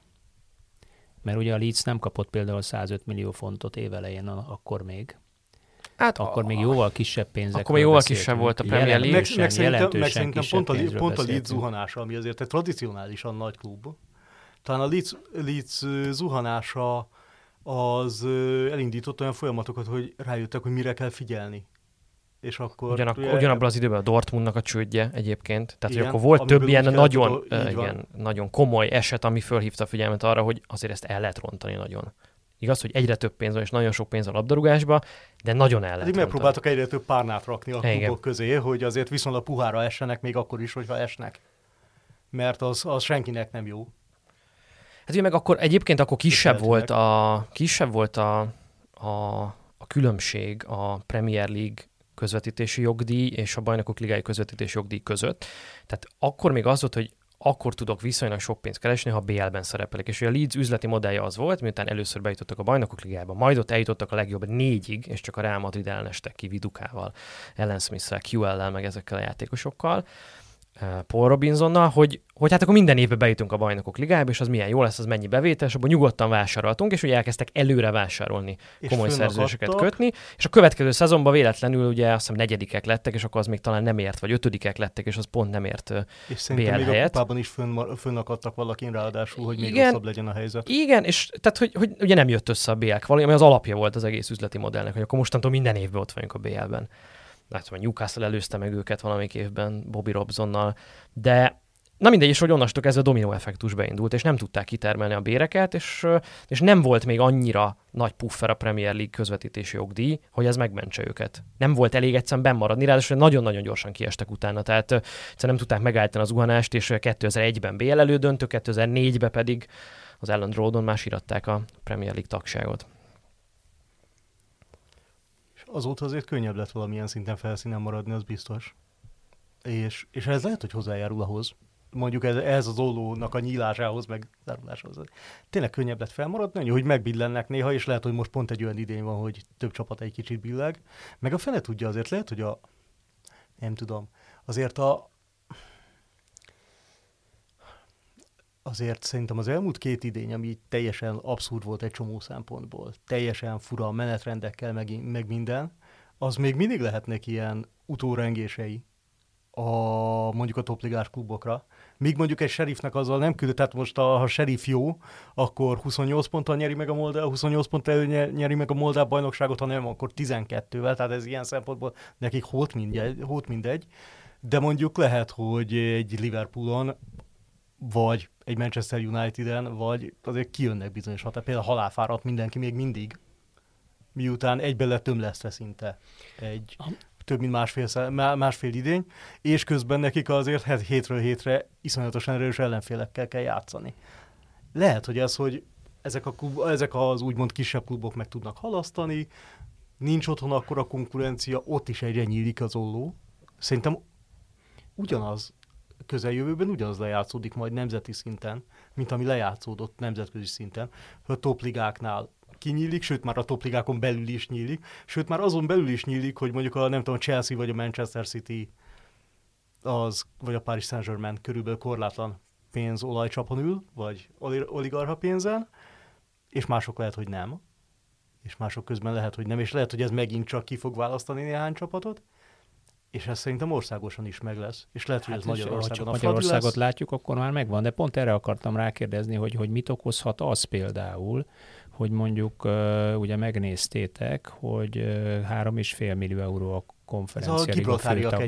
Mert ugye a Leeds nem kapott például százöt millió fontot évelején, a- akkor még. Hát Akkor még jóval kisebb pénzekről Akkor még jóval beszéltünk. kisebb volt a Premier League. Meg, Jelentősen, meg szerintem, meg jelentősen szerintem kisebb pont a, pénzről pont a Leeds beszéltünk. zuhanása, ami azért egy tradicionálisan nagy klub. Talán a Leeds, Leeds ö, zuhanása az ö, elindított olyan folyamatokat, hogy rájöttek, hogy mire kell figyelni. És akkor... Ugyanak, ugye- ugyanabban az időben a Dortmundnak a csődje egyébként. Tehát, Igen, hogy akkor volt amiből több ilyen úgy kellett nagyon, oda- így uh, van. igen, nagyon komoly eset, ami fölhívta a figyelmet arra, hogy azért ezt el lehet rontani nagyon. Igaz, hogy egyre több pénz van, és nagyon sok pénz a labdarúgásba, de nagyon el lehet Eddig rontani. megpróbáltak egyre több párnát rakni a Igen. klubok közé, hogy azért viszonylag puhára essenek, még akkor is, hogyha esnek. Mert az, az senkinek nem jó. Hát ugye meg akkor egyébként akkor kisebb Tiszteltőnek. volt, a, kisebb volt a, a, a különbség a Premier League közvetítési jogdíj és a Bajnokok Ligája közvetítési jogdíj között. Tehát akkor még az volt, hogy akkor tudok viszonylag sok pénzt keresni, ha bé el-ben szerepelek. És ugye a Leeds üzleti modellje az volt, miután először bejutottak a Bajnokok Ligájába, majd ott eljutottak a legjobb négyig, és csak a Real Madrid elnestek ki Vidukával, Alan Smith-szel, kú el-lel, meg ezekkel a játékosokkal, Paul Robinsonnal, hogy, hogy hát akkor minden évben bejutunk a Bajnokok Ligájába, és az milyen jó lesz, az mennyi bevétel, és abban nyugodtan vásároltunk, és ugye elkezdtek előre vásárolni, És komoly fönnakadtak. szerződéseket kötni, és a következő szezonban véletlenül ugye azt hiszem negyedikek lettek, és akkor az még talán nem ért, vagy ötödikek lettek, és az pont nem ért. És szerintem bé el még a helyett. kupában is fönn, fönnakadtak valakin ráadásul, hogy még Igen. rosszabb legyen a helyzet. Igen, és tehát, hogy, hogy ugye nem jött össze a bé el kvali, ami az alapja volt az egész üzleti modellnek, hogy akkor mostantól minden évben ott vagyunk a bé el-ben. Látom, a Newcastle előzte meg őket valamelyik évben Bobby Robsonnal, de na mindegy, és hogy onnastól kezdve a dominó effektus beindult, és nem tudták kitermelni a béreket, és, és nem volt még annyira nagy puffer a Premier League közvetítési jogdíj, hogy ez megmentse őket. Nem volt elég egyszerűen bennmaradni, ráadásul nagyon-nagyon gyorsan kiestek utána, tehát egyszerűen nem tudták megállítani az zuhanást, és kétezer-egyben bé el elődöntő, kétezer-négyben pedig az Elland Roadon már síratták a Premier League tagságot. És azóta azért könnyebb lett valamilyen szinten felszínen maradni, az biztos. És, és ez lehet, hogy hozzájárul ahhoz, mondjuk ez, ez az ollónak a nyílásához, meg zárulásához. Tényleg könnyebb lett felmaradni, hogy megbillennek néha, és lehet, hogy most pont egy olyan idény van, hogy több csapat egy kicsit billeg. Meg a fele tudja azért, lehet, hogy a... Nem tudom. Azért a... Azért szerintem az elmúlt két idény, ami teljesen abszurd volt egy csomó szempontból, teljesen fura menetrendekkel, meg, meg minden, az még mindig lehetnek ilyen utórengései a, mondjuk a topligás klubokra. Míg mondjuk egy Sheriffnek azzal nem küld, tehát most a, ha Sheriff jó, akkor huszonnyolc ponttal nyeri meg a Moldáv, huszonnyolc ponttal nyeri meg a Moldáv bajnokságot, ha nem, akkor tizenkettővel, tehát ez ilyen szempontból nekik hót mindegy, hót mindegy. De mondjuk lehet, hogy egy Liverpoolon, vagy egy Manchester Uniteden, vagy azért kijönnek bizonyos határ. Például halálfáradt mindenki még mindig, miután egyben lett tömlesztve szinte egy több mint másfél, másfél idény, és közben nekik azért hétről hétre iszonyatosan erős ellenfélekkel kell játszani. Lehet, hogy ez, hogy ezek, a klub, ezek az úgymond kisebb klubok meg tudnak halasztani, nincs otthon akkora konkurencia, ott is egyre nyílik az olló. Szerintem ugyanaz közeljövőben ugyanaz lejátszódik majd nemzeti szinten, mint ami lejátszódott nemzetközi szinten. A topligáknál kinyílik, sőt már a topligákon belül is nyílik, sőt már azon belül is nyílik, hogy mondjuk a nem tudom, a Chelsea vagy a Manchester City az, vagy a Paris Saint-Germain körülbelül korlátlan pénz olajcsapon ül, vagy oligarcha pénzen, és mások lehet, hogy nem. És mások közben lehet, hogy nem, és lehet, hogy ez megint csak ki fog választani néhány csapatot, és ez szerintem országosan is meg lesz. És lehet, hogy hát ez Magyarországon a Magyarországot lesz. látjuk, akkor már megvan, de pont erre akartam rákérdezni, hogy, hogy mit okozhat az például, hogy mondjuk uh, ugye megnéztétek, hogy uh, három és fél millió euró a konferencia liga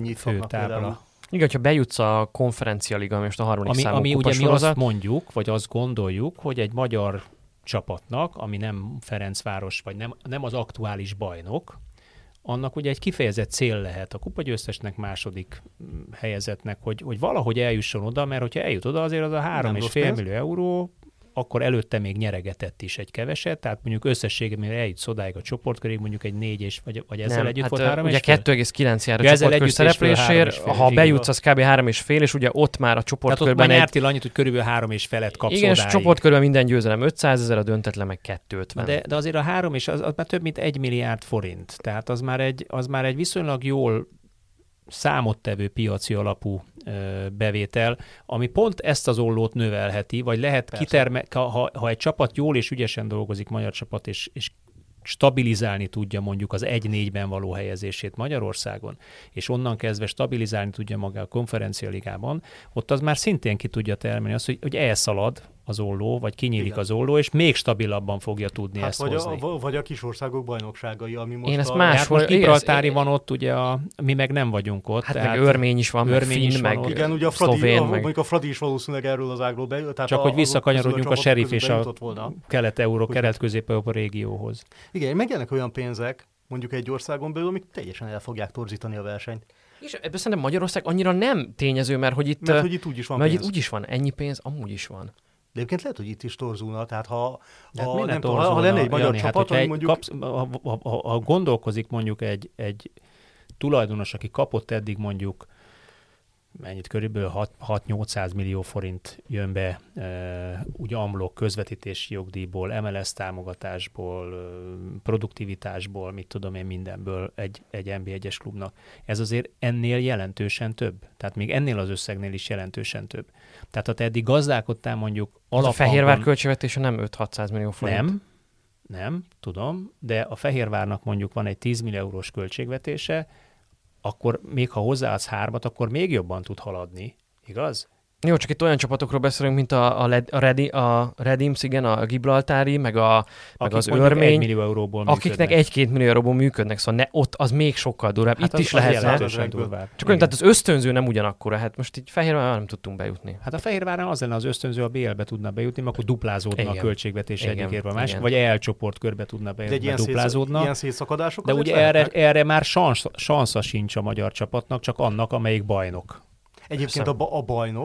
főtábla. Igen, ha bejutsz a konferencia liga, most a harmadik ami, számú ami ugye mi sorozat. azt mondjuk, vagy azt gondoljuk, hogy egy magyar csapatnak, ami nem Ferencváros, vagy nem, nem az aktuális bajnok, annak ugye egy kifejezett cél lehet a kupagyőztesnek, második helyezettnek, hogy, hogy valahogy eljusson oda, mert hogyha eljut oda, azért az a három és fél millió euró, akkor előtte még nyeregetett is egy keveset, tehát mondjuk összességében eljutsz odáig a csoportkörig, mondjuk egy négy és vagy, vagy ezzel nem, együtt hát volt három ugye és fél? kettő egész kilenc jár a ja, csoportkör szereplésért, ha bejutsz, az kb. három és fél, és ugye ott már a csoportkörben tehát ott már egy... nyertél annyit, hogy körülbelül három és felet kapsz igen, odáig. és csoportkörben minden győzelem ötszázezer, a döntetlen meg kétszázötven. De, de azért a három és az, az már több mint egy milliárd forint, tehát az már egy, az már egy viszonylag jól számottevő piaci alapú ö, bevétel, ami pont ezt az ollót növelheti, vagy lehet kiterme, ha, ha egy csapat jól és ügyesen dolgozik, magyar csapat, és, és stabilizálni tudja mondjuk az egy négyben való helyezését Magyarországon, és onnan kezdve stabilizálni tudja maga a konferencialigában, ott az már szintén ki tudja termelni azt, hogy, hogy elszalad az olló, vagy kinyílik igen. az olló, és még stabilabban fogja tudni hát ezt vagy hozni. A, vagy a kis országok bajnokságai, ami most Én ezt a... máshol... Hát Gibraltári van ott, ugye a, mi meg nem vagyunk ott. Hát tehát meg örmény is van, örmény meg finn, van meg ott. igen, ugye a Fradi, szlovén, a, meg... mondjuk a Fradi is valószínűleg erről az ágról bejött. Tehát csak a, hogy visszakanyarodjunk a Sheriff és a volna. kelet-euró, kelet-közép-európa régióhoz. Igen, megjelennek olyan pénzek, mondjuk egy országon belül, amik teljesen el fogják torzítani a versenyt. És ebből szerintem Magyarország annyira nem tényező, mert hogy itt, mert, hogy itt úgy is van mert pénz. Itt úgy is van, ennyi pénz, amúgy is van. De egyébként lehet, hogy itt is torzulna, tehát ha, hát ha, nem torzulna, ha, ha lenne egy magyar Jani, csapat, hát, ami mondjuk... kapsz, ha, ha, ha, ha gondolkozik mondjuk egy, egy tulajdonos, aki kapott eddig mondjuk mennyit, körülbelül hat-nyolcszáz millió forint jön be e, úgy amblok közvetítési jogdíjból, em el es támogatásból, e, produktivitásból, mit tudom én mindenből egy, egy en bé egyes klubnak. Ez azért ennél jelentősen több. Tehát még ennél az összegnél is jelentősen több. Tehát ha te eddig gazdálkodtál mondjuk alaphangon... A Fehérvár költségvetése nem öt-hatszáz millió forint. Nem, nem, tudom, de a Fehérvárnak mondjuk van egy tíz millió eurós költségvetése, akkor még ha hozzáadsz hármat, akkor még jobban tud haladni, igaz? Jó, csak itt olyan csapatokról beszélünk, mint a, a, Led, a, Redi, a Redims, igen, a Gibraltári, meg, a, meg az örmény, egy millió euróból akiknek egy-két millió euróból működnek, szóval ne, ott az még sokkal durvább. Hát itt az, is az lehet. jelentősen durvább. Csak olyan, tehát az ösztönző nem ugyanakkora, hát most így Fehérváron nem tudtunk bejutni. Hát a Fehérváron az lenne az ösztönző, a bé el-be tudna bejutni, mert akkor duplázódna igen. a költségvetés egyik érve a másik, vagy E L csoportkörbe tudna bejutni, de duplázódna. Ilyen szétszakadások de ugye erre, erre már sansza sincs a magyar csapatnak, csak annak, amelyik bajnok. Egyébként a, a bajnok,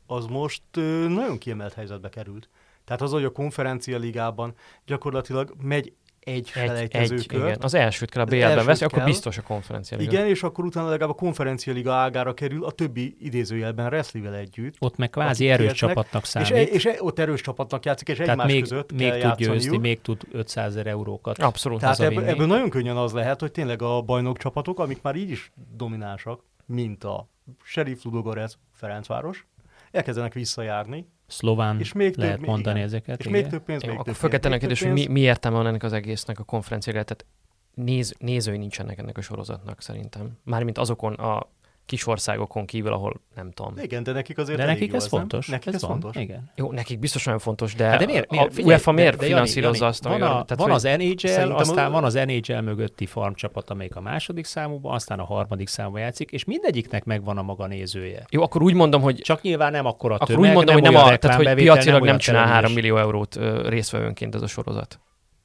az most ö, nagyon kiemelt helyzetbe került. Tehát az, hogy a konferencia ligában gyakorlatilag megy egy felejtezőkör. Igen. Az elsőt kell a bé el-ben veszi, akkor biztos a konferencia liga. Igen, és akkor utána legalább a konferencia liga ágára kerül a többi idézőjelben wrestlivel együtt. Ott meg kvázi erős kiesnek, csapatnak számít. És, és, és ott erős csapatnak játszik, és tehát egymás még, között még kell tud győzni, játszaniuk. még tud ötszázezer eurókat. Abszolút. Tehát ebből, ebből nagyon könnyen az lehet, hogy tényleg a bajnokcsapatok, amik már így is dominánsak, mint a Sheriff, Ludogorez, Ferencváros, elkezdenek visszajárni. Szlován és még lehet több, mondani igen. ezeket. És igen. még több pénz, Jó, még akkor több föl kell tenni a pénz, kérdés, hogy mi, mi értelme van ennek az egésznek a konferenciára, tehát néz, nézői nincsenek ennek a sorozatnak szerintem. Mármint azokon a kis országokon kívül, ahol nem tudom. Igen, de nekik azért de elég nekik jó, ez ez fontos. Nem? Nekik ez ez van. fontos. Igen. Jó, nekik biztos nagyon fontos, de, hát de miért, miért, a figyelj, UEFA miért de, de finanszírozza Jani, azt, Jani, ami... van, a, tehát, van hogy... az en há el, Szerintem aztán a- van az en há el mögötti farmcsapat, amelyik a második számúban, aztán a harmadik számban játszik, és mindegyiknek megvan a maga nézője. Jó, akkor úgy mondom, hogy Csak nyilván nem akkora akkor tömeg, úgy mondom, nem hogy nem olyan a, tehát, hogy reklámbevétel, piacilag nem olyan csinál három televíziós- millió eurót ö, részvevőnként ez a sorozat.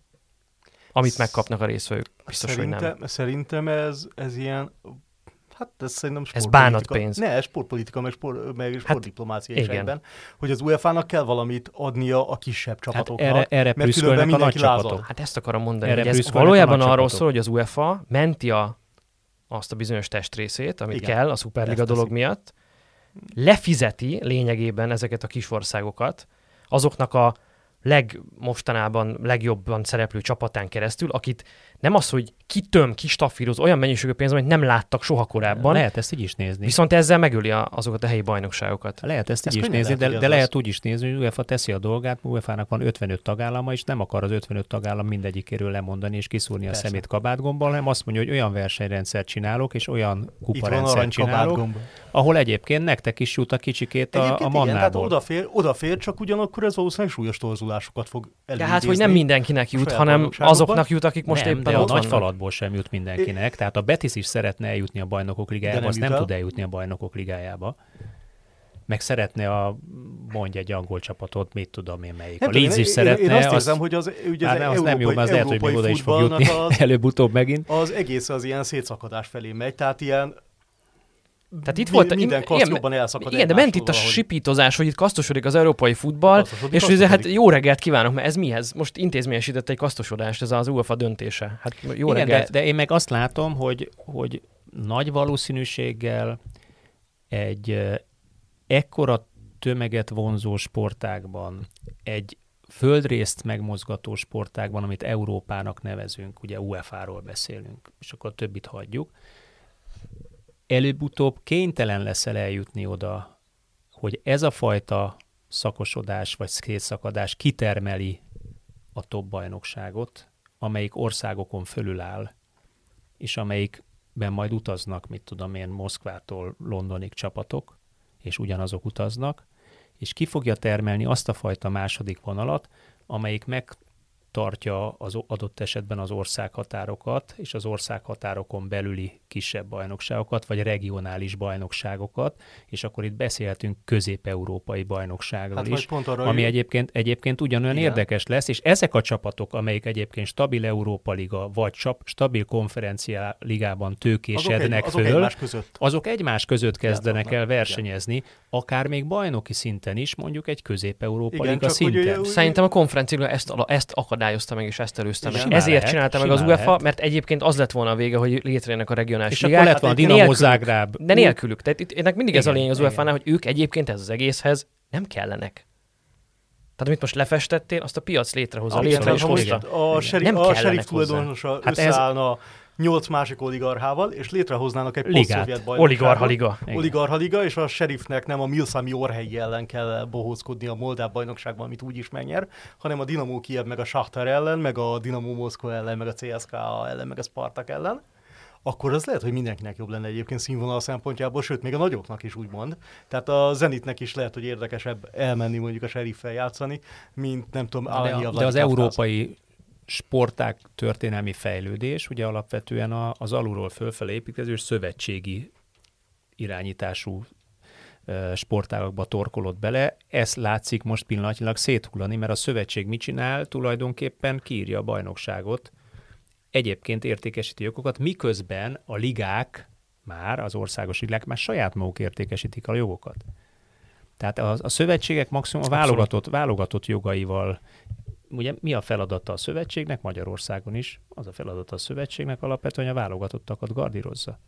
Amit megkapnak a részvevők. Biztos, hogy nem. Szerintem, szerintem ez, ez ilyen, hát ez szerintem Ez sportpolitika. bánatpénz. Ne, sportpolitika, meg, sport, meg sportdiplomácia is igen. egyben, hogy az UEFA-nak kell valamit adnia a kisebb Hát csapatoknak, erre, erre mert különben prüszkölnek a nagy mindenki lázad. csapatok. Hát ezt akarom mondani, Erre hogy ez prüszkölnek valójában a nagy arról csapatok. szól, hogy az UEFA menti a, azt a bizonyos testrészét, amit Igen. kell a Superliga Ezt dolog teszik. miatt, lefizeti lényegében ezeket a kisországokat azoknak a legmostanában legjobban szereplő csapatán keresztül, akit nem az, hogy kitöm, kistafíroz olyan mennyiségű pénz, amit nem láttak soha korábban, Lehet ezt így is nézni. viszont ezzel megöli a, azokat a helyi bajnokságokat. Lehet ezt így Ezt is könnyen nézni, lehet, de, hogy de az lehet az. úgy is nézni, hogy UEFA teszi a dolgát, UEFA-nak van ötvenöt tagállama, és nem akar az ötvenöt tagállam mindegyikéről lemondani és kiszúrni a Persze. szemét kabátgombbal, hanem azt mondja, hogy olyan versenyrendszert csinálok, és olyan Itt van kuparendszert arany csinálok, kabátgomb. ahol egyébként nektek is jut a kicsikét a, a Egyébként igen, tehát mannából. odafér, odafér, csak ugyanakkor ez valószínűleg súlyos torzulásokat fog De előidézni. hát, hogy nem mindenkinek jut, saját hanem bajnokságokban. azoknak jut, akik most nem, éppen de a ott nagy vannak. falatból sem jut mindenkinek, tehát a Betis is szeretne eljutni a Bajnokok Ligájába, nem azt jut nem el. tud eljutni a Bajnokok Ligájába. Meg szeretne a, mondj egy angol csapatot, mit tudom én melyik. Nem A tudom, Leeds én- is én- szeretne. Én azt azt- érzem, hogy az, ugye Már az nem, az nem jó, európai, mert az lehet, hogy még oda is fog jutni futballnak az, előbb-utóbb megint. az egész az ilyen szétszakadás felé megy, tehát ilyen Tehát itt mi- volt, minden kaszt igen, jobban elszakad igen, de ment itt a egymástól valahogy. sipítozás, hogy itt kasztosodik az európai futball, Kasztosodik, és ugye hát kasztosodik. jó reggelt kívánok, mert ez mihez? Most intézményesített egy kasztosodást, ez az UEFA döntése. Hát jó Igen, de, reggelt. de én meg azt látom, hogy, hogy nagy valószínűséggel egy eh, ekkora tömeget vonzó sportágban, egy földrészt megmozgató sportágban, amit Európának nevezünk, ugye UEFA-ról beszélünk, és akkor a többit hagyjuk, előbb-utóbb kénytelen leszel eljutni oda, hogy ez a fajta szakosodás vagy szétszakadás kitermeli a top bajnokságot, amelyik országokon fölül áll, és amelyikben majd utaznak, mit tudom én, Moszkvától Londonig csapatok, és ugyanazok utaznak, és ki fogja termelni azt a fajta második vonalat, amelyik megtartja az adott esetben az országhatárokat, és az országhatárokon belüli kisebb bajnokságokat, vagy regionális bajnokságokat, és akkor itt beszélhetünk közép-európai bajnokságról Hát is, vagy pont arra ami jön- egyébként, egyébként ugyanolyan Igen. érdekes lesz, és ezek a csapatok, amelyik egyébként stabil Európa Liga, vagy csap, stabil konferencia ligában azok, egy, tőkésednek azok föl, egymás között. azok egymás között kezdenek el Játszhatnak, versenyezni, akár még bajnoki szinten is, mondjuk egy közép-európa Igen, liga csak hogy szinten. ő- Szerintem a konferencia ezt, ezt akadályozta meg, és ezt előzte meg. Igen. Ezért Simán lehet, csinálta meg az simán UEFA, lehet. mert egyébként az lett volna a vége, hogy létrejönnek a regionális És ligák. akkor lett volna Hát Dinamo nélkülük. Zágráb. De nélkülük. Tehát itt, ennek mindig ez a Igen, lényeg az igen. UEFA-nál, hogy ők egyébként ez az egészhez nem kellenek. Tehát amit most lefestettél, azt a piac létrehozza. Abszolút, Létre is igen. hozta. A, Igen. seri, Nem a kellenek serif hozzá. tulajdonosa Hát ez- összeállna nyolc másik oligarchával, és létrehoznának egy Ligát. posztszovjet bajnokságot. Oligarcha liga. Igen. Oligarcha liga, és a serifnek nem a Milszami Orhelyi ellen kell bohózkodni a moldáv bajnokságban, amit úgyis megnyer, hanem a Dinamo Kijev meg a Shakhtar ellen, meg a Dinamo Moszkva ellen, meg a cé es ká á ellen, meg a Spartak ellen, akkor az lehet, hogy mindenkinek jobb lenne egyébként színvonal szempontjából, sőt, még a nagyoknak is úgymond. Tehát a Zenitnek is lehet, hogy érdekesebb elmenni mondjuk a seriffel játszani, mint nem tudom, De, Alanya a, de az Vladikavkáz. európai sportág történelmi fejlődés, ugye alapvetően a, az alulról fölfelé építkező szövetségi irányítású ö, sportágakba torkolott bele. Ez látszik most pillanatnyilag széthullani, mert a szövetség mit csinál? Tulajdonképpen kiírja a bajnokságot, egyébként értékesíti jogokat, miközben a ligák már, az országos ligák már saját maguk értékesítik a jogokat. Tehát a, a szövetségek maximum a válogatott, válogatott jogaival, ugye mi a feladata a szövetségnek, Magyarországon is, az a feladata a szövetségnek alapvetően, hogy a válogatottakat gardírozza.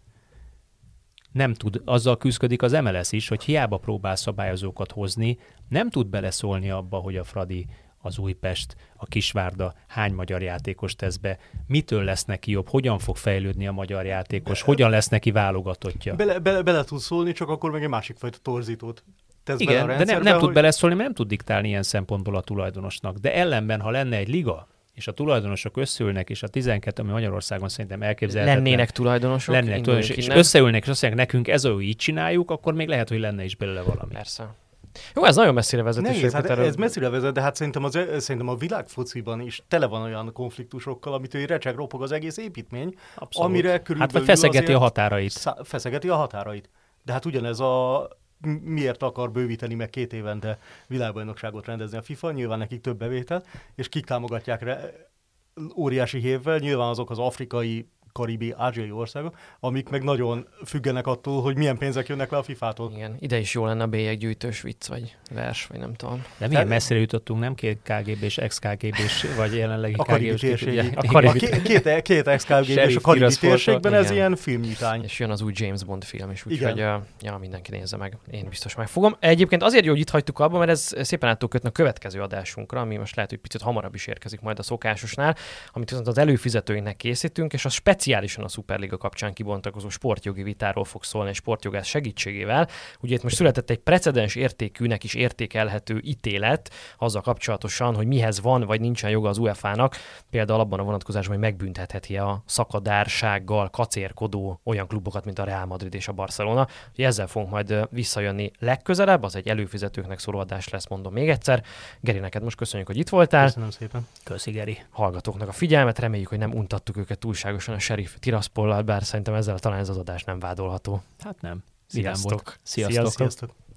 Nem tud, azzal küzdik az em el es is, hogy hiába próbál szabályozókat hozni, nem tud beleszólni abba, hogy a Fradi, az Újpest, a Kisvárda hány magyar játékos tesz be, mitől lesz neki jobb, hogyan fog fejlődni a magyar játékos, be, hogyan lesz neki válogatottja. Bele, bele, bele tud szólni, csak akkor meg egy másik fajta torzítót tesz igen, bele a de nem, nem hogy... tud beleszólni, mert nem tud diktálni ilyen szempontból a tulajdonosnak. De ellenben, ha lenne egy liga, és a tulajdonosok összeülnek, és a tizenkettő, ami Magyarországon szerintem elképzelhetetlen. Lennének tulajdonosok. Lennének tulajdonosok, és összeülnek, és azt mondják, nekünk ez olyan, így csináljuk, akkor még lehet, hogy lenne is belőle valami. Persze. Jó, ez nagyon messzire vezet. Nehéz, hát ez messzire vezet, de hát szerintem, az, szerintem a világfociban is tele van olyan konfliktusokkal, amitől recseg, ropog az egész építmény, abszolút. Amire körülbelül hát vagy feszegeti a határait. Szá- feszegeti a határait. De hát ugyanez a miért akar bővíteni meg két évente világbajnokságot rendezni a FIFA, nyilván nekik több bevétel, és kik támogatják re- óriási hévvel, nyilván azok az afrikai, karibi, ázsiai országok, amik meg nagyon függenek attól, hogy milyen pénzek jönnek le a fifától. Igen, ide is jó lenne a bélyeggyűjtős vicc, vagy vers, vagy nem tudom. De milyen messzire jutottunk, nem két ká gé bés, ex-ká gé bés, vagy jelenlegi a ká gé bés. Térségi, a karibi, a két, két ex-ká gé bés a karibi térségben, ez ilyen filmnyitány. És jön az új James Bond film is, úgyhogy ja, mindenki nézze meg. Én biztos megfogom. Egyébként azért jó, hogy itt hagytuk abba, mert ez szépen át tud kötni a következő adásunkra, ami most lehet, hogy picit hamarabb is érkezik majd a szokásosnál, amit viszont az előfizetőinknek készítünk, és az speciálisan a Superliga kapcsán kibontakozó sportjogi vitáról fog szólni, sportjogász segítségével. Ugye itt most született egy precedens értékűnek is értékelhető ítélet azzal kapcsolatosan, hogy mihez van vagy nincsen joga az u e fá nak, például abban a vonatkozásban, hogy megbüntetheti a szakadársággal kacérkodó olyan klubokat, mint a Real Madrid és a Barcelona. Ugye ezzel fogunk majd visszajönni legközelebb, az egy előfizetőknek szóló adás lesz, mondom még egyszer. Geri, neked most köszönjük, hogy itt voltál. Köszönöm szépen. Köszi, Geri. Hallgatóknak a figyelmet, reméljük, hogy nem untattuk őket túlságosan a Sheriff Tiraspollal, bár szerintem ezzel talán ez az adás nem vádolható. Hát nem. Sziasztok. Sziasztok. Sziasztok.